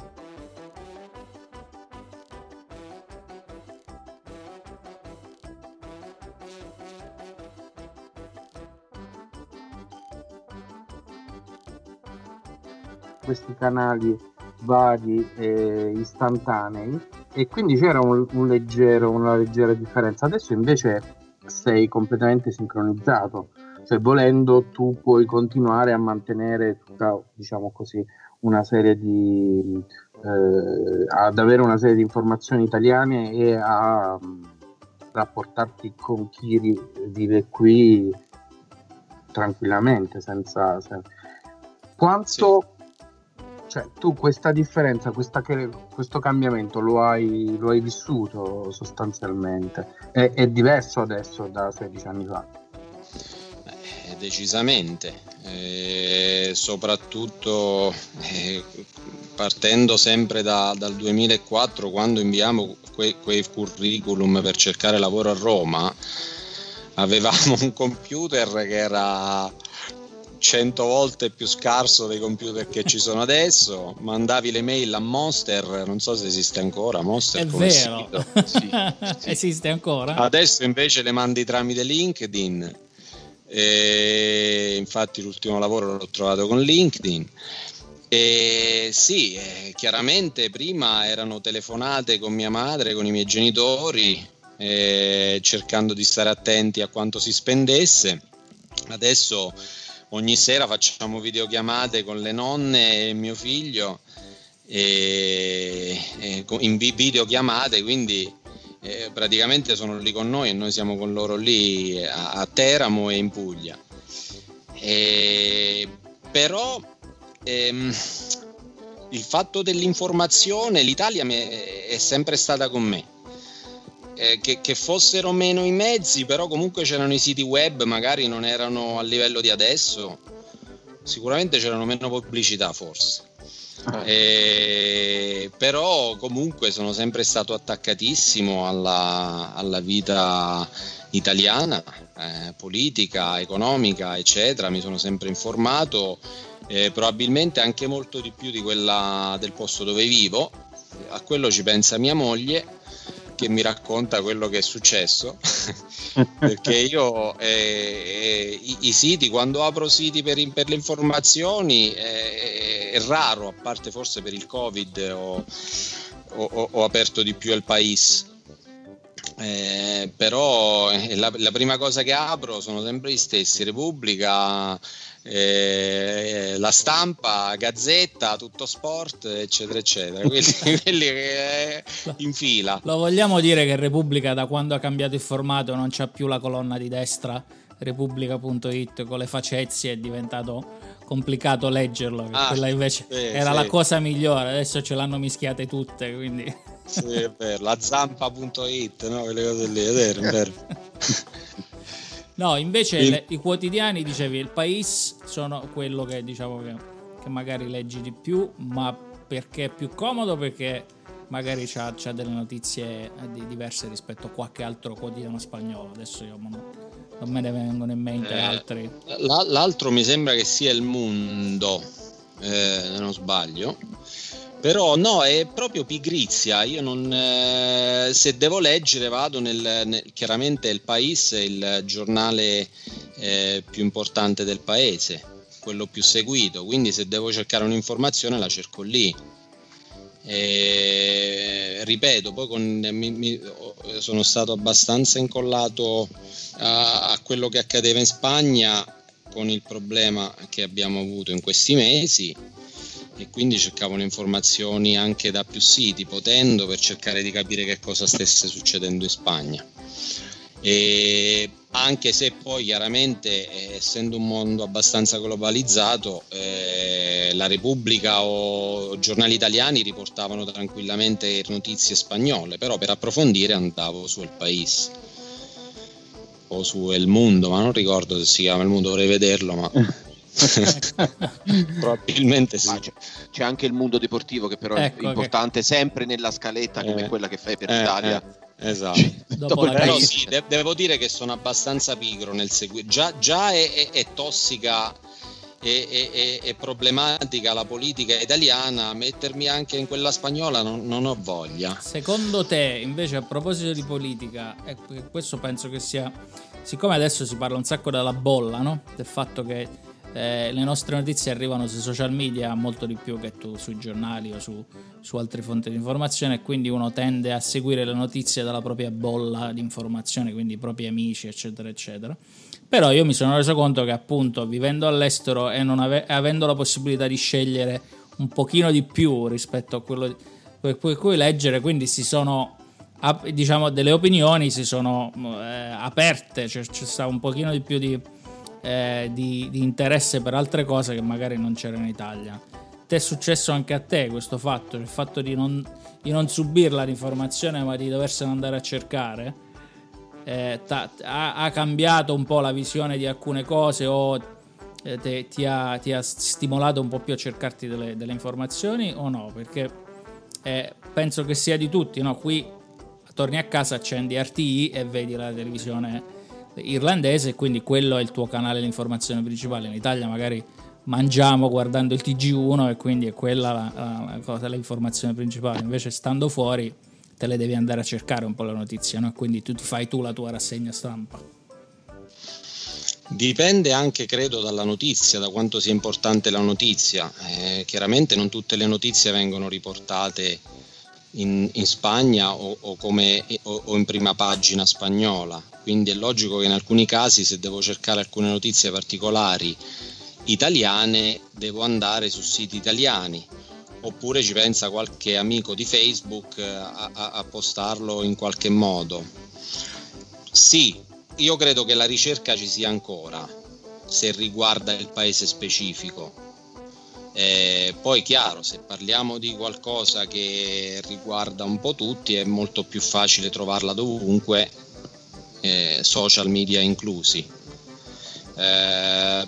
questi canali vari e istantanei, e quindi c'era un, un leggero, una leggera differenza. Adesso invece sei completamente sincronizzato, cioè volendo tu puoi continuare a mantenere tutta, diciamo così, una serie di eh, ad avere una serie di informazioni italiane e a um, rapportarti con chi ri- vive qui tranquillamente, senza, senza... quanto cioè tu questa differenza, questa, questo cambiamento lo hai, lo hai vissuto sostanzialmente? È, è diverso adesso da sedici anni fa? eh, decisamente, eh, soprattutto eh, partendo sempre da, dal duemilaquattro, quando inviamo que, quei curriculum per cercare lavoro a Roma, avevamo un computer che era cento volte più scarso dei computer che ci sono adesso. Mandavi le mail a Monster, non so se esiste ancora Monster, È come vero. sito. Sì, sì. Esiste ancora? Adesso invece le mandi tramite LinkedIn, e infatti l'ultimo lavoro l'ho trovato con LinkedIn. E sì, eh, chiaramente prima erano telefonate con mia madre, con i miei genitori, eh, cercando di stare attenti a quanto si spendesse. Adesso ogni sera facciamo videochiamate con le nonne e mio figlio, e, e in videochiamate, quindi eh, praticamente sono lì con noi e noi siamo con loro lì a, a Teramo e in Puglia. E, però ehm, il fatto dell'informazione, l'Italia me, è sempre stata con me. Eh, che, che fossero meno i mezzi, però comunque c'erano i siti web, magari non erano a livello di adesso, sicuramente c'erano meno pubblicità forse, E, però comunque sono sempre stato attaccatissimo alla, alla vita italiana, eh, politica, economica, eccetera. Mi sono sempre informato, eh, probabilmente anche molto di più di quella del posto dove vivo. A quello ci pensa mia moglie, che mi racconta quello che è successo perché io eh, i, i siti, quando apro siti per, per le informazioni, eh, è raro, a parte forse per il Covid, ho, ho, ho aperto di più il País. Eh, però eh, la, la prima cosa che apro sono sempre gli stessi: Repubblica, eh, La Stampa, Gazzetta, Tutto Sport, eccetera eccetera, quelli, quelli che eh, in fila. Lo vogliamo dire che Repubblica, da quando ha cambiato il formato, non c'ha più la colonna di destra Repubblica punto it con le facezie, è diventato complicato leggerlo, ah, quella invece sì, era sì. la cosa migliore. Adesso ce l'hanno mischiate tutte, quindi sì, è vero, la zampa punto it, no? Quelle cose lì, è vero, è vero. No, invece il... le, i quotidiani, dicevi, il País sono quello che diciamo che, che magari leggi di più, ma perché è più comodo, perché magari c'ha, c'ha delle notizie diverse rispetto a qualche altro quotidiano spagnolo. Adesso io non, non me ne vengono in mente eh, altri. L'altro mi sembra che sia Il Mundo, eh, se non sbaglio. Però no, è proprio pigrizia. Io non, eh, se devo leggere vado nel, nel chiaramente il País è il giornale eh, più importante del paese, quello più seguito, quindi se devo cercare un'informazione la cerco lì. E, ripeto, poi con, mi, mi, sono stato abbastanza incollato a, a quello che accadeva in Spagna, con il problema che abbiamo avuto in questi mesi, e quindi cercavo le informazioni anche da più siti, potendo, per cercare di capire che cosa stesse succedendo in Spagna. E anche se poi chiaramente, eh, essendo un mondo abbastanza globalizzato, eh, la Repubblica o giornali italiani riportavano tranquillamente notizie spagnole, però per approfondire andavo su El País o su El Mundo, ma non ricordo se si chiama El Mundo, dovrei vederlo, ma probabilmente sì. C'è, c'è anche Il Mundo Deportivo, che però ecco, è importante, che... sempre nella scaletta come eh, quella che fai per eh, l'Italia. Eh, esatto. Dopo la però sì, de- devo dire che sono abbastanza pigro nel seguire. Già, già è, è, è tossica e è, è, è problematica la politica italiana, mettermi anche in quella spagnola non, non ho voglia. Secondo te, invece, a proposito di politica, e questo penso che sia, siccome adesso si parla un sacco della bolla, no? Del fatto che Eh, le nostre notizie arrivano sui social media molto di più che tu sui giornali o su, su altre fonti di informazione, e quindi uno tende a seguire le notizie dalla propria bolla di informazione, quindi i propri amici, eccetera eccetera. Però io mi sono reso conto che, appunto, vivendo all'estero e non ave- avendo la possibilità di scegliere un pochino di più rispetto a quello per cui leggere, quindi si sono, diciamo, delle opinioni si sono eh, aperte, cioè c'è stato un pochino di più di Eh, di, di interesse per altre cose che magari non c'era in Italia. Ti è successo anche a te questo fatto, il fatto di non, di non subirla l'informazione, ma di doversene andare a cercare? Eh, ta, ha, ha cambiato un po' la visione di alcune cose, o eh, te, ti, ha, ti ha stimolato un po' più a cercarti delle, delle informazioni, o no? Perché eh, penso che sia di tutti, no? Qui torni a casa, accendi R T I e vedi la televisione irlandese, quindi quello è il tuo canale di informazione principale. In Italia magari mangiamo guardando il T G uno e quindi è quella la, la, la cosa, l'informazione principale. Invece, stando fuori, te le devi andare a cercare un po' le notizie, no? Quindi tu ti fai tu la tua rassegna stampa. Dipende anche, credo, dalla notizia, da quanto sia importante la notizia. Eh, chiaramente non tutte le notizie vengono riportate in, in Spagna o, o, come, o, o in prima pagina spagnola, quindi è logico che in alcuni casi, se devo cercare alcune notizie particolari italiane, devo andare su siti italiani, oppure ci pensa qualche amico di Facebook a, a, a postarlo in qualche modo. Sì, io credo che la ricerca ci sia ancora, se riguarda il paese specifico. Eh, poi chiaro, se parliamo di qualcosa che riguarda un po' tutti, è molto più facile trovarla dovunque, eh, social media inclusi. Eh,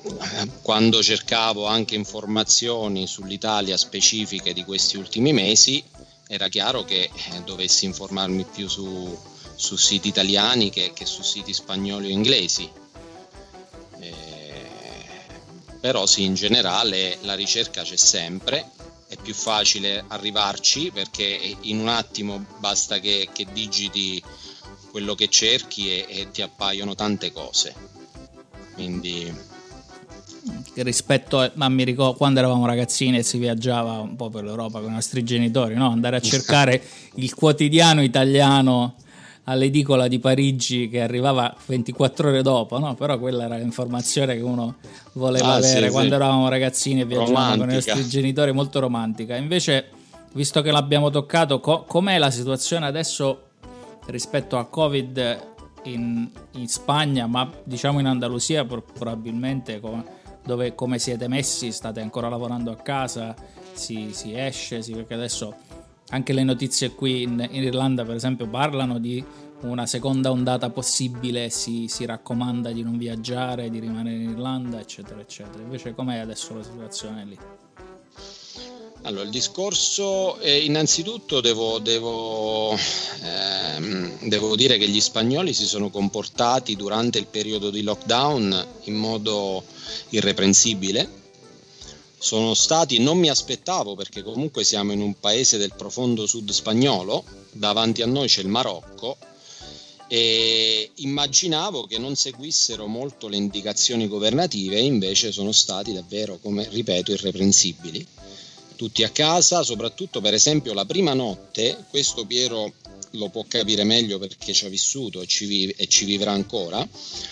quando cercavo anche informazioni sull'Italia specifiche di questi ultimi mesi, era chiaro che eh, dovessi informarmi più su, su siti italiani che, che su siti spagnoli o inglesi. Eh, però sì, in generale la ricerca c'è sempre, è più facile arrivarci perché in un attimo basta che, che digiti quello che cerchi e, e ti appaiono tante cose. Quindi rispetto a, ma mi ricordo quando eravamo ragazzini e si viaggiava un po' per l'Europa con i nostri genitori, no? Andare a cercare il quotidiano italiano all'edicola di Parigi che arrivava ventiquattro ore dopo, no? Però quella era l'informazione che uno voleva ah, avere sì, quando sì. eravamo ragazzini e viaggiavamo Romantica. con i nostri genitori, molto romantica. Invece, visto che l'abbiamo toccato, co- com'è la situazione adesso rispetto al Covid in, in Spagna, ma diciamo in Andalusia probabilmente, come, dove come siete messi? State ancora lavorando a casa? Si, si esce? Si, perché adesso anche le notizie qui in, in Irlanda per esempio parlano di una seconda ondata possibile, si, si raccomanda di non viaggiare, di rimanere in Irlanda, eccetera eccetera. Invece com'è adesso la situazione lì? Allora, il discorso, eh, innanzitutto devo, devo, ehm, devo dire che gli spagnoli si sono comportati durante il periodo di lockdown in modo irreprensibile. Sono stati, non mi aspettavo, perché comunque siamo in un paese del profondo sud spagnolo, davanti a noi c'è il Marocco, e immaginavo che non seguissero molto le indicazioni governative, invece sono stati davvero, come ripeto, irreprensibili. Tutti a casa, soprattutto per esempio la prima notte, questo Piero lo può capire meglio perché ci ha vissuto e ci, vive, e ci vivrà ancora,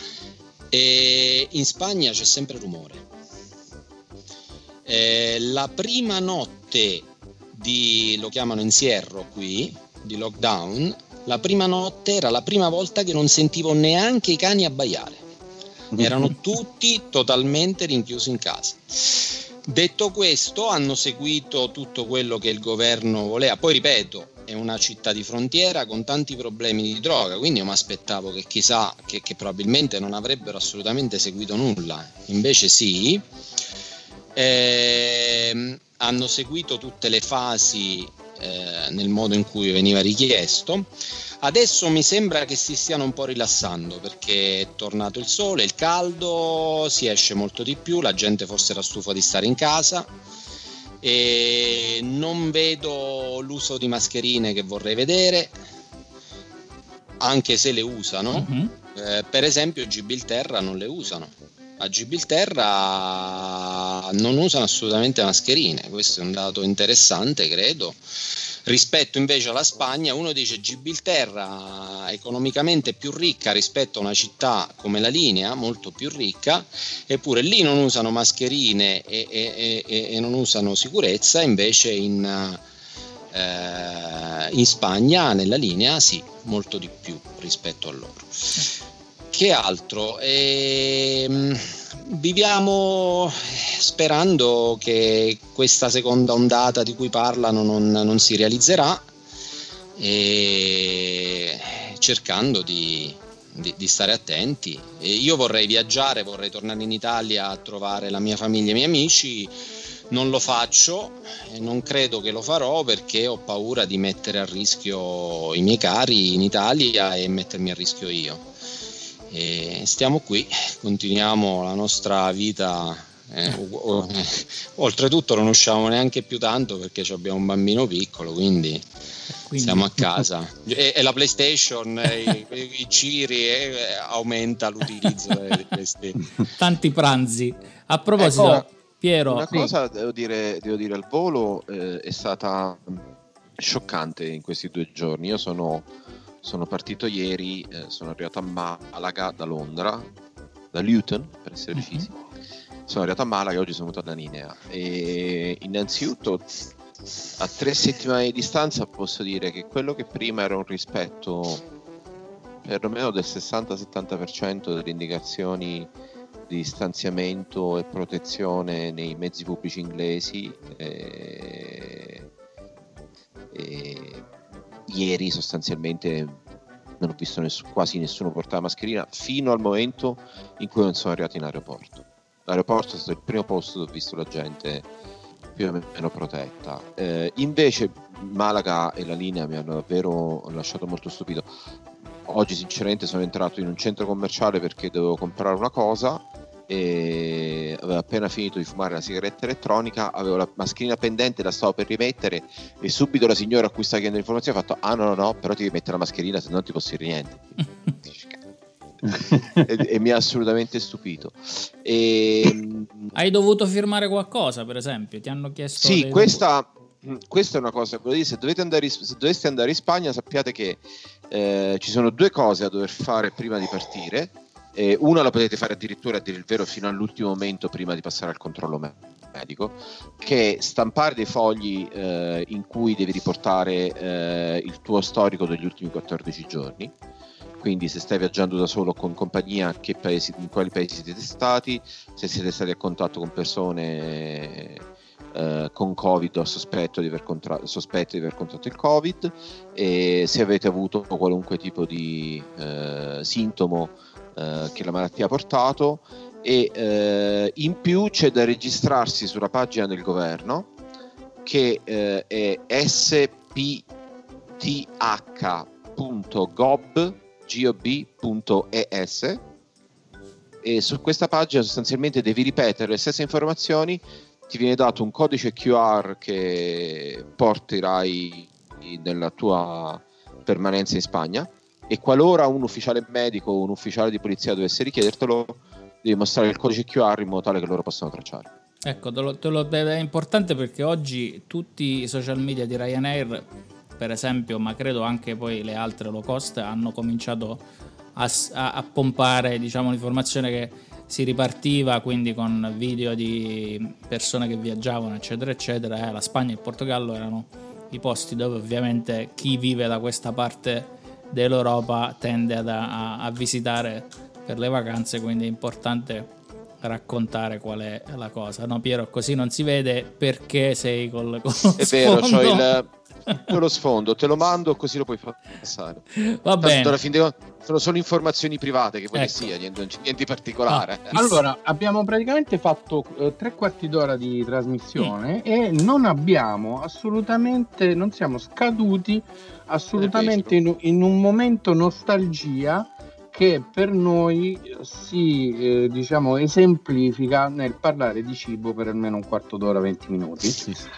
e in Spagna c'è sempre rumore. Eh, la prima notte di, lo chiamano encierro qui, di lockdown, la prima notte era la prima volta che non sentivo neanche i cani abbaiare, erano tutti totalmente rinchiusi in casa. Detto questo, hanno seguito tutto quello che il governo voleva. Poi ripeto, è una città di frontiera con tanti problemi di droga, quindi io mi aspettavo che chissà che, che probabilmente non avrebbero assolutamente seguito nulla, invece sì. Eh, hanno seguito tutte le fasi eh, nel modo in cui veniva richiesto. Adesso mi sembra che si stiano un po' rilassando perché è tornato il sole, il caldo, si esce molto di più, la gente forse era stufa di stare in casa e non vedo l'uso di mascherine che vorrei vedere, anche se le usano. Mm-hmm. Eh, per esempio Gibilterra non le usano. A Gibilterra non usano assolutamente mascherine, questo è un dato interessante, credo. Rispetto invece alla Spagna, uno dice Gibilterra economicamente più ricca rispetto a una città come la Linea, molto più ricca, eppure lì non usano mascherine e, e, e, e non usano sicurezza, invece in, eh, in Spagna, nella Linea, sì, molto di più rispetto a loro. Che altro? Ehm, viviamo sperando che questa seconda ondata di cui parlano non, non si realizzerà e cercando di, di, di stare attenti. E io vorrei viaggiare, vorrei tornare in Italia a trovare la mia famiglia e i miei amici, non lo faccio e non credo che lo farò perché ho paura di mettere a rischio i miei cari in Italia e mettermi a rischio io. E stiamo qui, continuiamo la nostra vita, eh, o, eh, oltretutto non usciamo neanche più tanto perché abbiamo un bambino piccolo, quindi, quindi... siamo a casa e, e la PlayStation, e, i, i giri e, aumenta l'utilizzo delle PlayStation. Tanti pranzi. A proposito, ecco, Piero, una cosa devo dire, devo dire al volo, eh, è stata scioccante in questi due giorni. Io sono Sono partito ieri, eh, sono arrivato a Malaga da Londra, da Luton per essere precisi. Mm-hmm. Sono arrivato a Malaga e oggi sono venuto a Linea. E innanzitutto, a tre settimane di distanza, posso dire che quello che prima era un rispetto perlomeno del sessanta settanta per cento delle indicazioni di distanziamento e protezione nei mezzi pubblici inglesi, e, e ieri sostanzialmente non ho visto ness- quasi nessuno portare mascherina fino al momento in cui non sono arrivato in aeroporto. L'aeroporto è stato il primo posto dove ho visto la gente più o meno protetta. Eh, invece Malaga e la linea mi hanno davvero lasciato molto stupito. Oggi sinceramente sono entrato in un centro commerciale perché dovevo comprare una cosa e avevo appena finito di fumare la sigaretta elettronica, avevo la mascherina pendente, la stavo per rimettere e subito la signora a cui stava chiedendo l'informazione ha fatto ah no no no, però ti devi mettere la mascherina se no non ti posso dire niente. e, e mi ha assolutamente stupito. E, hai dovuto firmare qualcosa, per esempio? Ti hanno chiesto? Sì, questa, questa è una cosa, se dovete andare, se doveste andare in Spagna sappiate che eh, ci sono due cose a dover fare prima di partire. Eh, una la potete fare addirittura, a dire il vero, fino all'ultimo momento prima di passare al controllo medico, che è stampare dei fogli eh, in cui devi riportare eh, il tuo storico degli ultimi quattordici giorni. Quindi se stai viaggiando da solo o con compagnia, che paesi, in quali paesi siete stati, se siete stati a contatto con persone eh, con Covid o sospetto di aver, contra- sospetto di aver contratto il Covid, e se avete avuto qualunque tipo di eh, sintomo eh, che la malattia ha portato, e eh, in più c'è da registrarsi sulla pagina del governo che eh, è s p t h punto gov punto e s, e su questa pagina sostanzialmente devi ripetere le stesse informazioni, ti viene dato un codice Q R che porterai nella tua permanenza in Spagna, e qualora un ufficiale medico o un ufficiale di polizia dovesse richiedertelo, devi mostrare il codice Q R in modo tale che loro possano tracciare. Ecco, te lo, te lo, è importante perché oggi tutti i social media di Ryanair, per esempio, ma credo anche poi le altre low cost, hanno cominciato a, a, a pompare, diciamo, l'informazione che si ripartiva, quindi con video di persone che viaggiavano eccetera eccetera. Eh, la Spagna e il Portogallo erano i posti dove ovviamente chi vive da questa parte dell'Europa tende ad, a, a visitare per le vacanze, quindi è importante raccontare qual è la cosa, no Piero? Così non si vede perché sei col, con lo è sfondo. Vero, c'ho il Io lo sfondo, te lo mando così lo puoi far passare. Va bene. Alla fine dei, sono solo informazioni private, che vuoi ecco. che sia, niente, niente di particolare. Ah, allora, abbiamo praticamente fatto eh, tre quarti d'ora di trasmissione mm. e non abbiamo assolutamente, non siamo scaduti assolutamente in, in un momento nostalgia che per noi si eh, diciamo esemplifica nel parlare di cibo per almeno un quarto d'ora, venti minuti.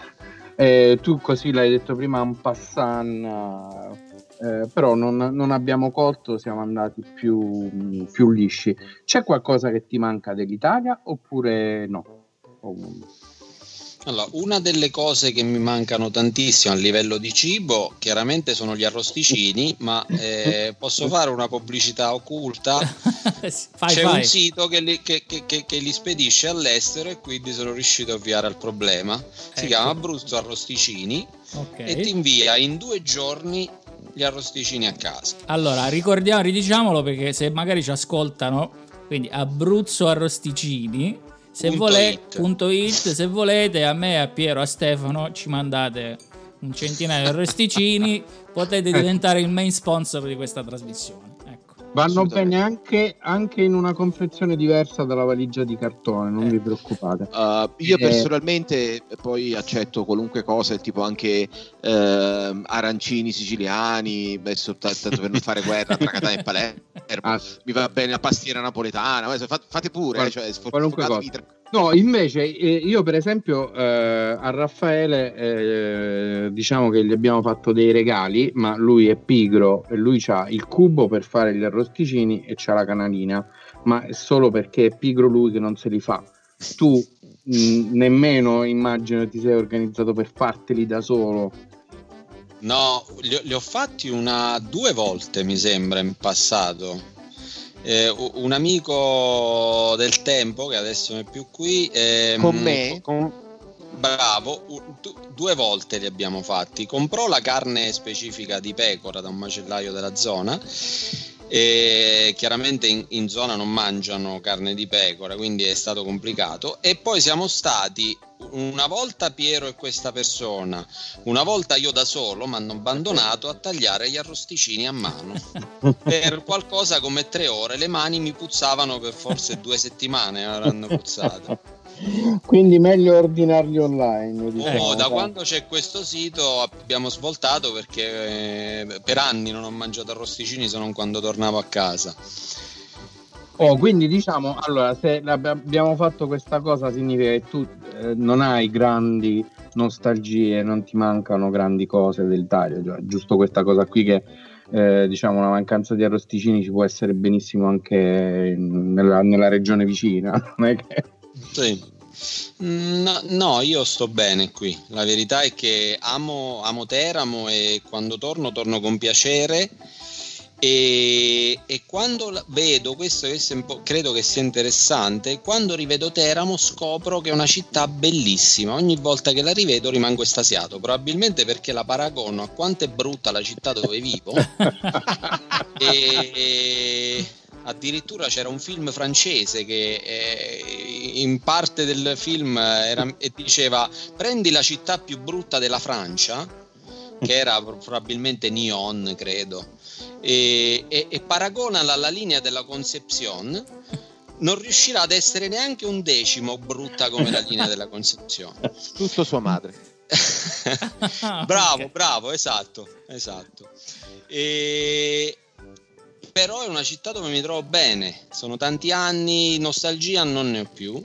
Eh, tu così l'hai detto prima un passant, eh, però non, non abbiamo colto, siamo andati più, più lisci. C'è qualcosa che ti manca dell'Italia oppure no? Oh. Allora, una delle cose che mi mancano tantissimo a livello di cibo chiaramente sono gli arrosticini, ma eh, posso fare una pubblicità occulta? fai, C'è fai. un sito che li, che, che, che, che li spedisce all'estero e quindi sono riuscito a ovviare al problema. Si ecco. chiama Abruzzo Arrosticini, okay. e ti invia in due giorni gli arrosticini a casa. Allora, ricordiamo, ridiciamolo perché se magari ci ascoltano, quindi Abruzzo Arrosticini. Se volete, punto it, se volete, a me, a Piero, a Stefano, ci mandate un centinaio di arrosticini, potete diventare il main sponsor di questa trasmissione. Ecco. Vanno bene anche, anche in una confezione diversa dalla valigia di cartone, non eh. vi preoccupate. Uh, io eh. personalmente poi accetto qualunque cosa, tipo anche uh, arancini siciliani, beh, soltanto per non fare guerra tra Catania e Palermo. Ah. Mi va bene la pastiera napoletana, fate pure, Qual- eh, cioè, qualunque cosa. No, invece eh, io per esempio eh, a Raffaele eh, diciamo che gli abbiamo fatto dei regali, ma lui è pigro e lui c'ha il cubo per fare gli arrosticini e c'ha la canalina, ma è solo perché è pigro lui che non se li fa. Tu mh, nemmeno immagino ti sei organizzato per farteli da solo. No, li, li ho fatti una due volte mi sembra in passato. Eh, un amico del tempo che adesso non è più qui ehm, con me con, bravo u, due volte li abbiamo fatti. Comprò la carne specifica di pecora da un macellaio della zona e chiaramente in, in zona non mangiano carne di pecora, quindi è stato complicato. E poi siamo stati una volta Piero e questa persona, una volta io da solo, mi hanno abbandonato a tagliare gli arrosticini a mano per qualcosa come tre ore. Le mani mi puzzavano per forse due settimane, avranno puzzato. Quindi meglio ordinarli online, diciamo. Oh, da quando c'è questo sito abbiamo svoltato, perché eh, per anni non ho mangiato arrosticini se non quando tornavo a casa. Oh, quindi diciamo, allora, se abbiamo fatto questa cosa significa che tu eh, non hai grandi nostalgie, non ti mancano grandi cose del Taglio, cioè, giusto questa cosa qui che eh, diciamo una mancanza di arrosticini ci può essere benissimo anche nella, nella regione vicina, non è che... Sì. No, no, io sto bene qui. La verità è che amo, amo Teramo e quando torno torno con piacere. E, e quando vedo questo, questo è un po', credo che sia interessante, quando rivedo Teramo scopro che è una città bellissima. Ogni volta che la rivedo rimango estasiato, probabilmente perché la paragono a quanto è brutta la città dove vivo. e, e addirittura c'era un film francese che eh, in parte del film era, e diceva: prendi la città più brutta della Francia, che era probabilmente Nyon, credo, e, e, e paragonala alla linea della Concepción, non riuscirà ad essere neanche un decimo brutta come la linea della Concepción. Tutto sua madre. Bravo, Okay. bravo, esatto, esatto. E... però è una città dove mi trovo bene, sono tanti anni, nostalgia non ne ho più.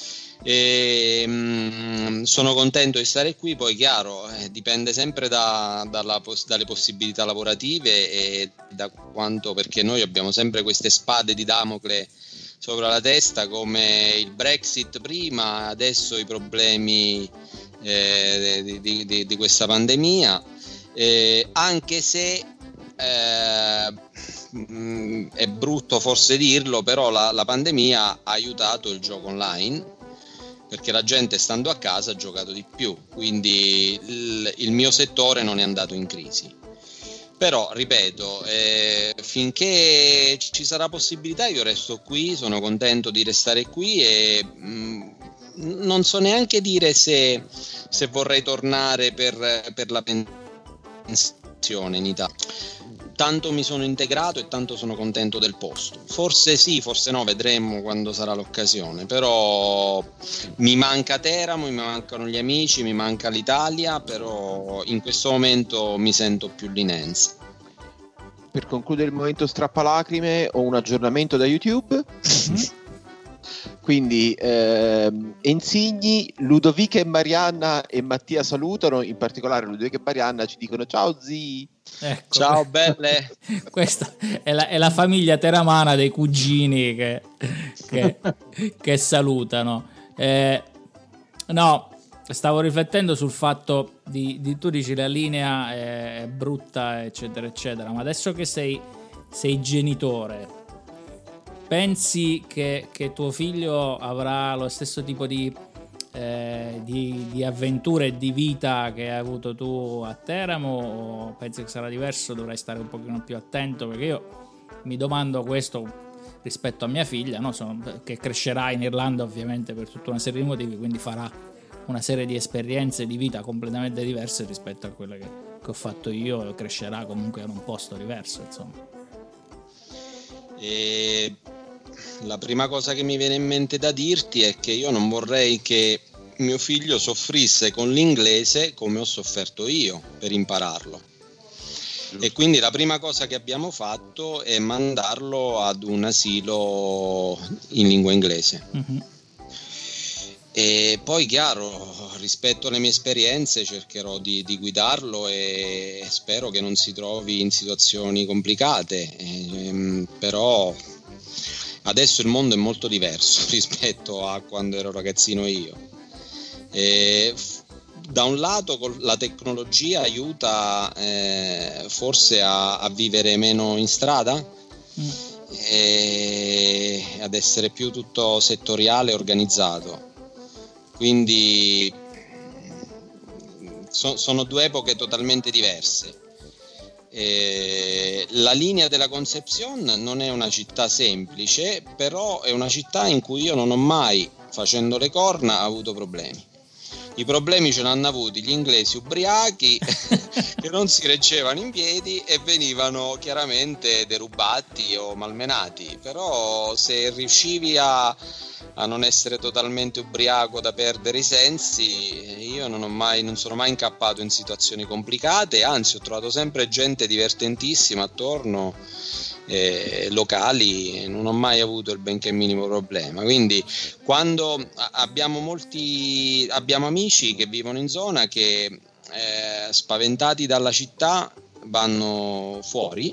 E, mh, sono contento di stare qui. Poi chiaro, eh, dipende sempre da, dalla, dalle possibilità lavorative e da quanto, perché noi abbiamo sempre queste spade di Damocle sopra la testa, come il Brexit prima, adesso i problemi eh, di, di, di, di questa pandemia, eh, anche se eh, mh, è brutto forse dirlo, però la, la pandemia ha aiutato il gioco online, perché la gente stando a casa ha giocato di più, quindi il, il mio settore non è andato in crisi. Però ripeto, eh, finché ci sarà possibilità io resto qui, sono contento di restare qui e mh, non so neanche dire se, se vorrei tornare per, per la pensione in Italia. Tanto mi sono integrato e tanto sono contento del posto. Forse sì, forse no, vedremo quando sarà l'occasione. Però mi manca Teramo, mi mancano gli amici, mi manca l'Italia, però in questo momento mi sento più linense. Per concludere il momento strappalacrime ho un aggiornamento da YouTube. Mm-hmm. Quindi ehm, Insigni, Ludovica e Marianna e Mattia salutano, in particolare Ludovica e Marianna ci dicono ciao zii. Ecco, ciao belle. Questa è la, è la famiglia teramana dei cugini che, che, che salutano. Eh, no, stavo riflettendo sul fatto di, di tu dici la linea è brutta eccetera eccetera, ma adesso che sei, sei genitore, pensi che, che tuo figlio avrà lo stesso tipo di, eh, di, di avventure e di vita che hai avuto tu a Teramo, o pensi che sarà diverso? Dovrai stare un pochino più attento, perché io mi domando questo rispetto a mia figlia, no? Sono, che crescerà in Irlanda ovviamente per tutta una serie di motivi, quindi farà una serie di esperienze di vita completamente diverse rispetto a quelle che, che ho fatto io, e crescerà comunque in un posto diverso, insomma. E la prima cosa che mi viene in mente da dirti è che io non vorrei che mio figlio soffrisse con l'inglese come ho sofferto io per impararlo. E quindi la prima cosa che abbiamo fatto è mandarlo ad un asilo in lingua inglese. Mm-hmm. E poi chiaro, rispetto alle mie esperienze cercherò di, di guidarlo e spero che non si trovi in situazioni complicate, ehm, però adesso il mondo è molto diverso rispetto a quando ero ragazzino io. E da un lato la tecnologia aiuta eh, forse a, a vivere meno in strada, mm. e ad essere più tutto settoriale e organizzato. Quindi so, sono due epoche totalmente diverse. eh, la linea della Concepción non è una città semplice, però è una città in cui io non ho mai, facendo le corna, avuto problemi. I problemi ce l'hanno avuti gli inglesi ubriachi che non si reggevano in piedi e venivano chiaramente derubati o malmenati, però se riuscivi a, a non essere totalmente ubriaco da perdere i sensi, io non ho mai, non sono mai incappato in situazioni complicate, anzi ho trovato sempre gente divertentissima attorno, eh, locali, non ho mai avuto il benché minimo problema. Quindi quando abbiamo molti abbiamo amici che vivono in zona che eh, spaventati dalla città vanno fuori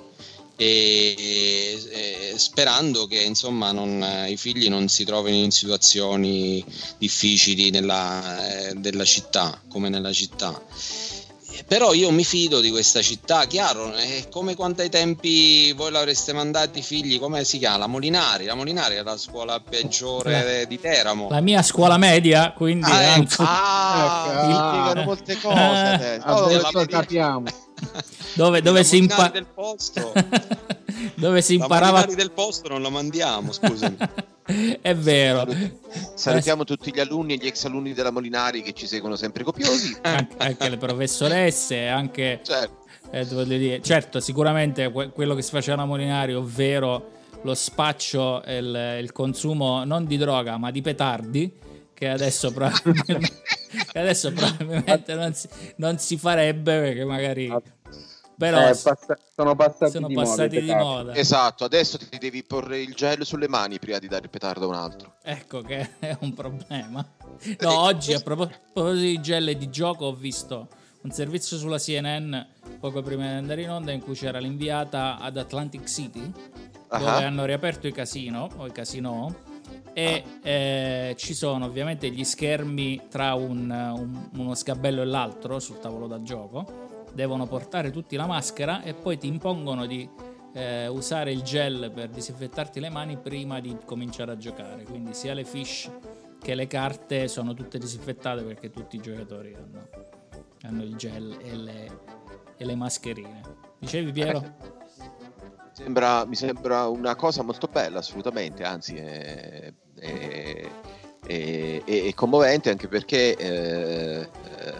e, e sperando che insomma non, i figli non si trovino in situazioni difficili nella, eh, della città, come nella città. Però io mi fido di questa città, chiaro, è come quando ai tempi voi l'avreste mandati figli, come si chiama? La Molinari, la Molinari è la scuola peggiore la, di Teramo. La mia scuola media, quindi ah, anzi, ah, il, spiegano molte cose adesso. Oh, adesso capiamo. Dove, dove si impara del posto. Dove si la imparava Molinari del posto non la mandiamo, scusami. È vero. Salutiamo tutti gli alunni e gli ex alunni della Molinari che ci seguono sempre copiosi, anche, anche le professoresse, anche certo. Eh, voglio dire, certo, sicuramente que- quello che si faceva a Molinari, ovvero lo spaccio e il, il consumo non di droga ma di petardi, che adesso probabilmente, che adesso probabilmente non, si, non si farebbe, perché magari però eh, pass- sono passati, sono di, passati moda, di moda. Esatto, adesso ti devi porre il gel sulle mani prima di dare il petardo a un altro. Ecco che è un problema. No, oggi a proposito di gel e di gioco ho visto un servizio sulla C N N poco prima di andare in onda in cui c'era l'inviata ad Atlantic City, uh-huh. dove hanno riaperto i casino o i casinò e eh, ci sono ovviamente gli schermi tra un, un, uno sgabello e l'altro sul tavolo da gioco. Devono portare tutti la maschera e poi ti impongono di eh, usare il gel per disinfettarti le mani prima di cominciare a giocare. Quindi sia le fiche che le carte sono tutte disinfettate perché tutti i giocatori hanno, hanno il gel e le, e le mascherine. Dicevi, Piero? Mi sembra, mi sembra una cosa molto bella, assolutamente, anzi è, è, è, è commovente, anche perché eh, eh,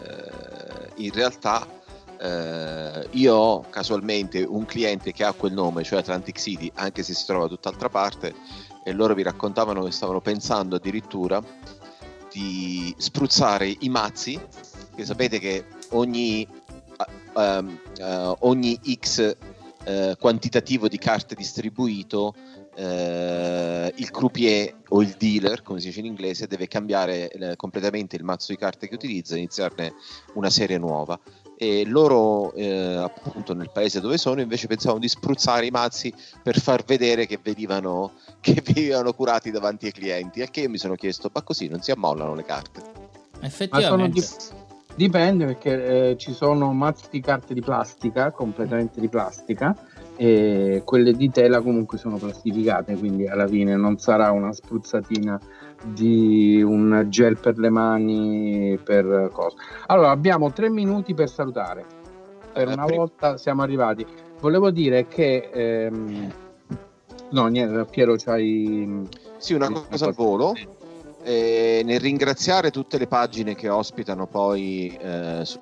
in realtà Uh, io ho casualmente un cliente che ha quel nome, cioè Atlantic City, anche se si trova da tutt'altra parte, e loro mi raccontavano che stavano pensando addirittura di spruzzare i mazzi, che sapete che ogni uh, um, uh, ogni X uh, quantitativo di carte distribuito, uh, il croupier o il dealer, come si dice in inglese, deve cambiare uh, completamente il mazzo di carte che utilizza e iniziarne una serie nuova. E loro eh, appunto nel paese dove sono invece pensavano di spruzzare i mazzi per far vedere che venivano, che venivano curati davanti ai clienti, e che io mi sono chiesto, ma così non si ammollano le carte? Effettivamente dip- dipende, perché eh, ci sono mazzi di carte di plastica, completamente di plastica, e quelle di tela comunque sono plastificate, quindi alla fine non sarà una spruzzatina di un gel per le mani, per cosa. Allora abbiamo tre minuti per salutare, per una volta siamo arrivati. Volevo dire che ehm... no niente, Piero, c'hai sì una cosa al volo, eh, nel ringraziare tutte le pagine che ospitano poi eh, su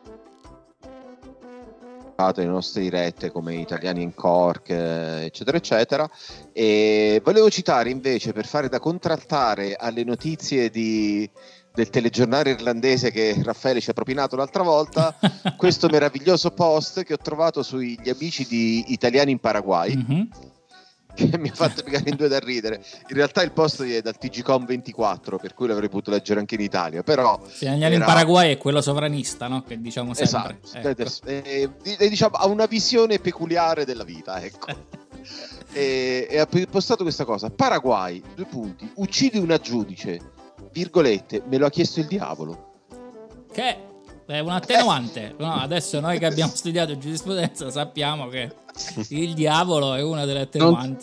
le nostre dirette, come Italiani in Cork, eccetera eccetera, e volevo citare invece, per fare da contraltare alle notizie di, del telegiornale irlandese che Raffaele ci ha propinato l'altra volta, questo meraviglioso post che ho trovato sugli amici di Italiani in Paraguay, mm-hmm. che mi ha fatto piegare in due da ridere. In realtà il post è dal T G Com ventiquattro, per cui l'avrei potuto leggere anche in Italia, però sì, Italiani era... in Paraguay è quello sovranista, no? Che diciamo sempre. Esatto, ecco. e, e, diciamo ha una visione peculiare della vita, ecco. e, e ha postato questa cosa: Paraguay, due punti, uccide una giudice, virgolette, me lo ha chiesto il diavolo. Che è un attenuante. No, adesso noi che abbiamo studiato giurisprudenza sappiamo che il diavolo è una delle attenuanti. Non,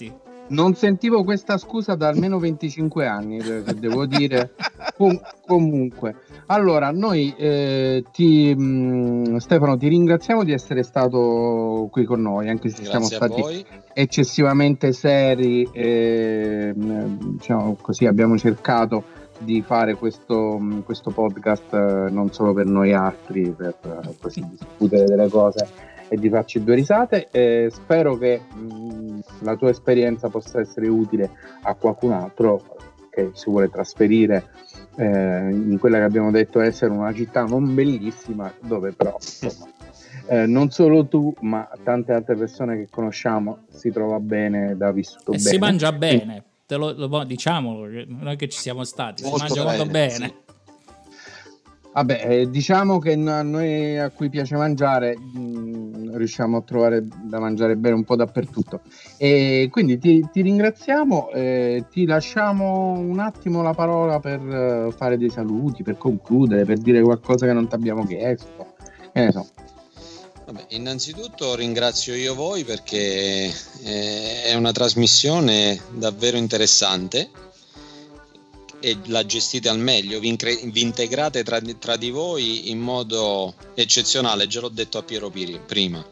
Non sentivo questa scusa da almeno venticinque anni, devo dire. Com- comunque, allora, noi eh, ti, mh, Stefano, ti ringraziamo di essere stato qui con noi, anche se Grazie siamo stati voi. eccessivamente seri, e, diciamo così, abbiamo cercato di fare questo, questo podcast eh, non solo per noi altri, per eh, così discutere delle cose e di farci due risate. Eh, spero che mh, la tua esperienza possa essere utile a qualcun altro che si vuole trasferire eh, in quella che abbiamo detto essere una città non bellissima, dove però insomma, eh, non solo tu ma tante altre persone che conosciamo si trova bene, da vissuto e bene. Si mangia bene, te lo, lo diciamolo, noi che ci siamo stati, Molto si mangia bene, molto bene. sì. Vabbè, eh, diciamo che a noi a cui piace mangiare mh, riusciamo a trovare da mangiare bene un po' dappertutto, e quindi ti, ti ringraziamo, eh, ti lasciamo un attimo la parola per uh, fare dei saluti, per concludere, per dire qualcosa che non ti abbiamo chiesto, che ne so. Vabbè, innanzitutto ringrazio io voi perché eh, è una trasmissione davvero interessante e la gestite al meglio, vi, incre- vi integrate tra, tra di voi in modo eccezionale, già l'ho detto a Piero Piri prima.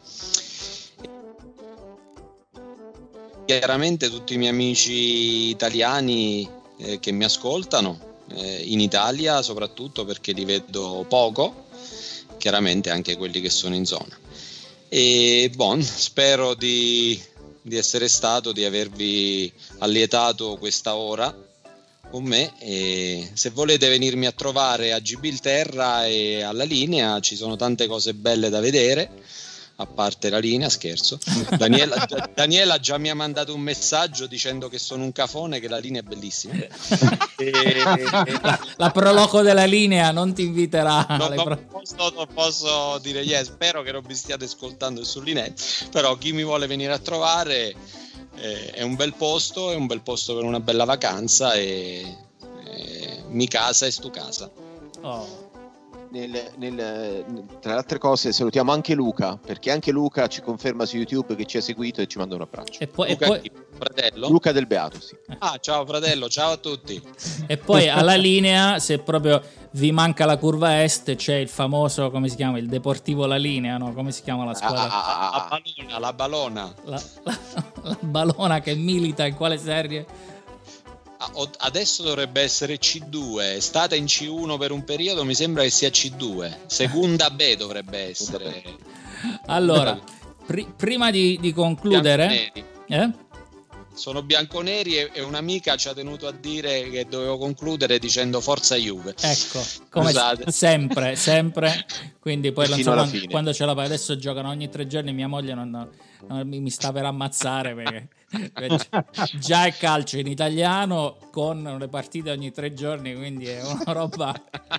Chiaramente tutti i miei amici italiani eh, che mi ascoltano, eh, in Italia soprattutto perché li vedo poco, chiaramente anche quelli che sono in zona. E bon, spero di, di essere stato, di avervi allietato questa ora con me, e se volete venirmi a trovare a Gibilterra e alla linea ci sono tante cose belle da vedere, a parte la linea, scherzo. Daniela, Daniela già mi ha mandato un messaggio dicendo che sono un cafone, che la linea è bellissima. E, la, la proloco della linea non ti inviterà. non, non, pro... posso, non posso dire yes, spero che non mi stiate ascoltando su linea, però chi mi vuole venire a trovare eh, è un bel posto, è un bel posto per una bella vacanza, e, e mi casa e stu casa. Oh. Nel, nel, tra le altre cose salutiamo anche Luca, perché anche Luca ci conferma su YouTube che ci ha seguito e ci manda un abbraccio. E poi, Luca, e poi... fratello? Luca del Beato, sì. Ah, ciao fratello, ciao a tutti. E poi alla linea, se proprio vi manca la curva est, c'è il famoso, come si chiama, il Deportivo La Linea, no? Come si chiama la squadra? Ah, ah, ah, ah. La Balona, la Balona. La, la, la Balona, che milita in quale serie? Adesso dovrebbe essere C due, è stata in C uno per un periodo, mi sembra che sia C due, seconda B dovrebbe essere. Allora, pr- prima di, di concludere, eh? Sono bianconeri e, e un'amica ci ha tenuto a dire che dovevo concludere dicendo forza Juve. Ecco, come s- sempre, sempre. Quindi poi non so quando, quando ce la fai. Adesso giocano ogni tre giorni, mia moglie non, non, mi, mi sta per ammazzare perché già è calcio in italiano con le partite ogni tre giorni, quindi è una roba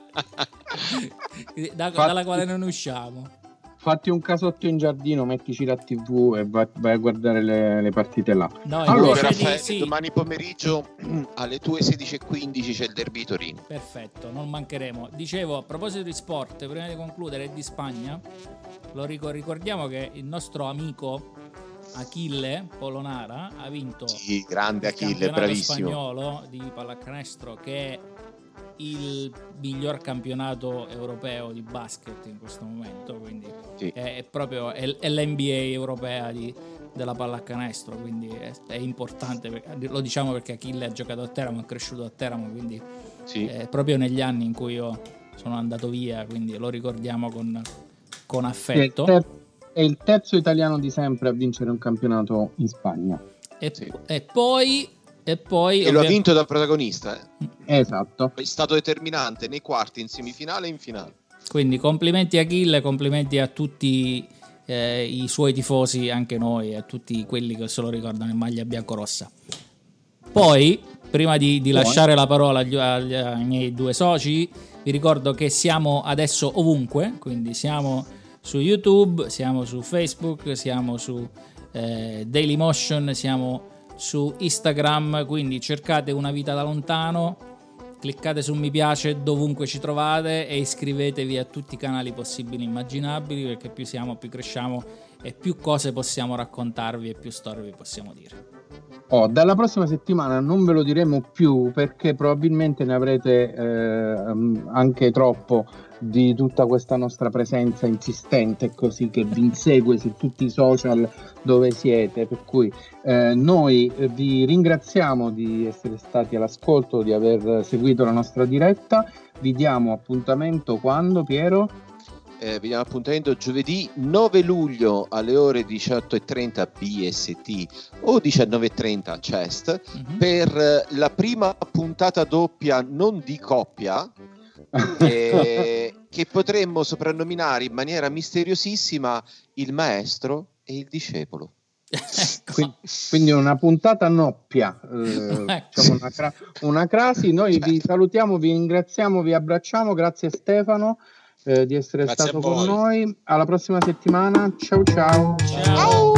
da, dalla quale non usciamo. Fatti un casotto in giardino, mettici la tivù e vai, vai a guardare le, le partite là. No, allora, Raffaele, di, sì. domani pomeriggio alle tue sedici e quindici c'è il derby Torino. Perfetto, non mancheremo. Dicevo, a proposito di sport, prima di concludere, e di Spagna, lo ricordiamo che il nostro amico Achille Polonara ha vinto sì, grande il Achille, campionato bravissimo spagnolo di pallacanestro, che è il miglior campionato europeo di basket in questo momento, quindi sì. è, è proprio è, è l'N B A europea di, della pallacanestro, quindi è, è importante, lo diciamo perché Achille ha giocato a Teramo, è cresciuto a Teramo, quindi sì. È proprio negli anni in cui io sono andato via, quindi lo ricordiamo con, con affetto. È il, ter- è il terzo italiano di sempre a vincere un campionato in Spagna, e, sì. e poi E, poi, e ovvia- lo ha vinto da protagonista, eh. Esatto. È stato determinante nei quarti, in semifinale e in finale. Quindi complimenti a Achille, complimenti a tutti eh, i suoi tifosi, anche noi, a tutti quelli che se lo ricordano in maglia biancorossa. Poi, prima di, di lasciare la parola agli, agli, ai miei due soci, vi ricordo che siamo adesso ovunque, quindi siamo su YouTube, siamo su Facebook, siamo su eh, Dailymotion, siamo su Instagram, quindi cercate Una Vita da Lontano, cliccate su mi piace dovunque ci trovate e iscrivetevi a tutti i canali possibili e immaginabili, perché più siamo, più cresciamo e più cose possiamo raccontarvi e più storie vi possiamo dire. Oh, dalla prossima settimana non ve lo diremo più perché probabilmente ne avrete eh, anche troppo di tutta questa nostra presenza insistente così che vi insegue su tutti i social dove siete, per cui eh, noi vi ringraziamo di essere stati all'ascolto, di aver seguito la nostra diretta. Vi diamo appuntamento quando, Piero? Eh, vi diamo appuntamento giovedì nove luglio alle ore diciotto e trenta B S T o diciannove e trenta Chest mm-hmm. per la prima puntata doppia non di coppia eh, che potremmo soprannominare in maniera misteriosissima il maestro e il discepolo. quindi, quindi una puntata noppia, eh, diciamo una, cra- una crasi. Noi certo. vi salutiamo, vi ringraziamo, vi abbracciamo. Grazie Stefano eh, di essere Grazie stato con noi. Alla prossima settimana. Ciao ciao. Ciao.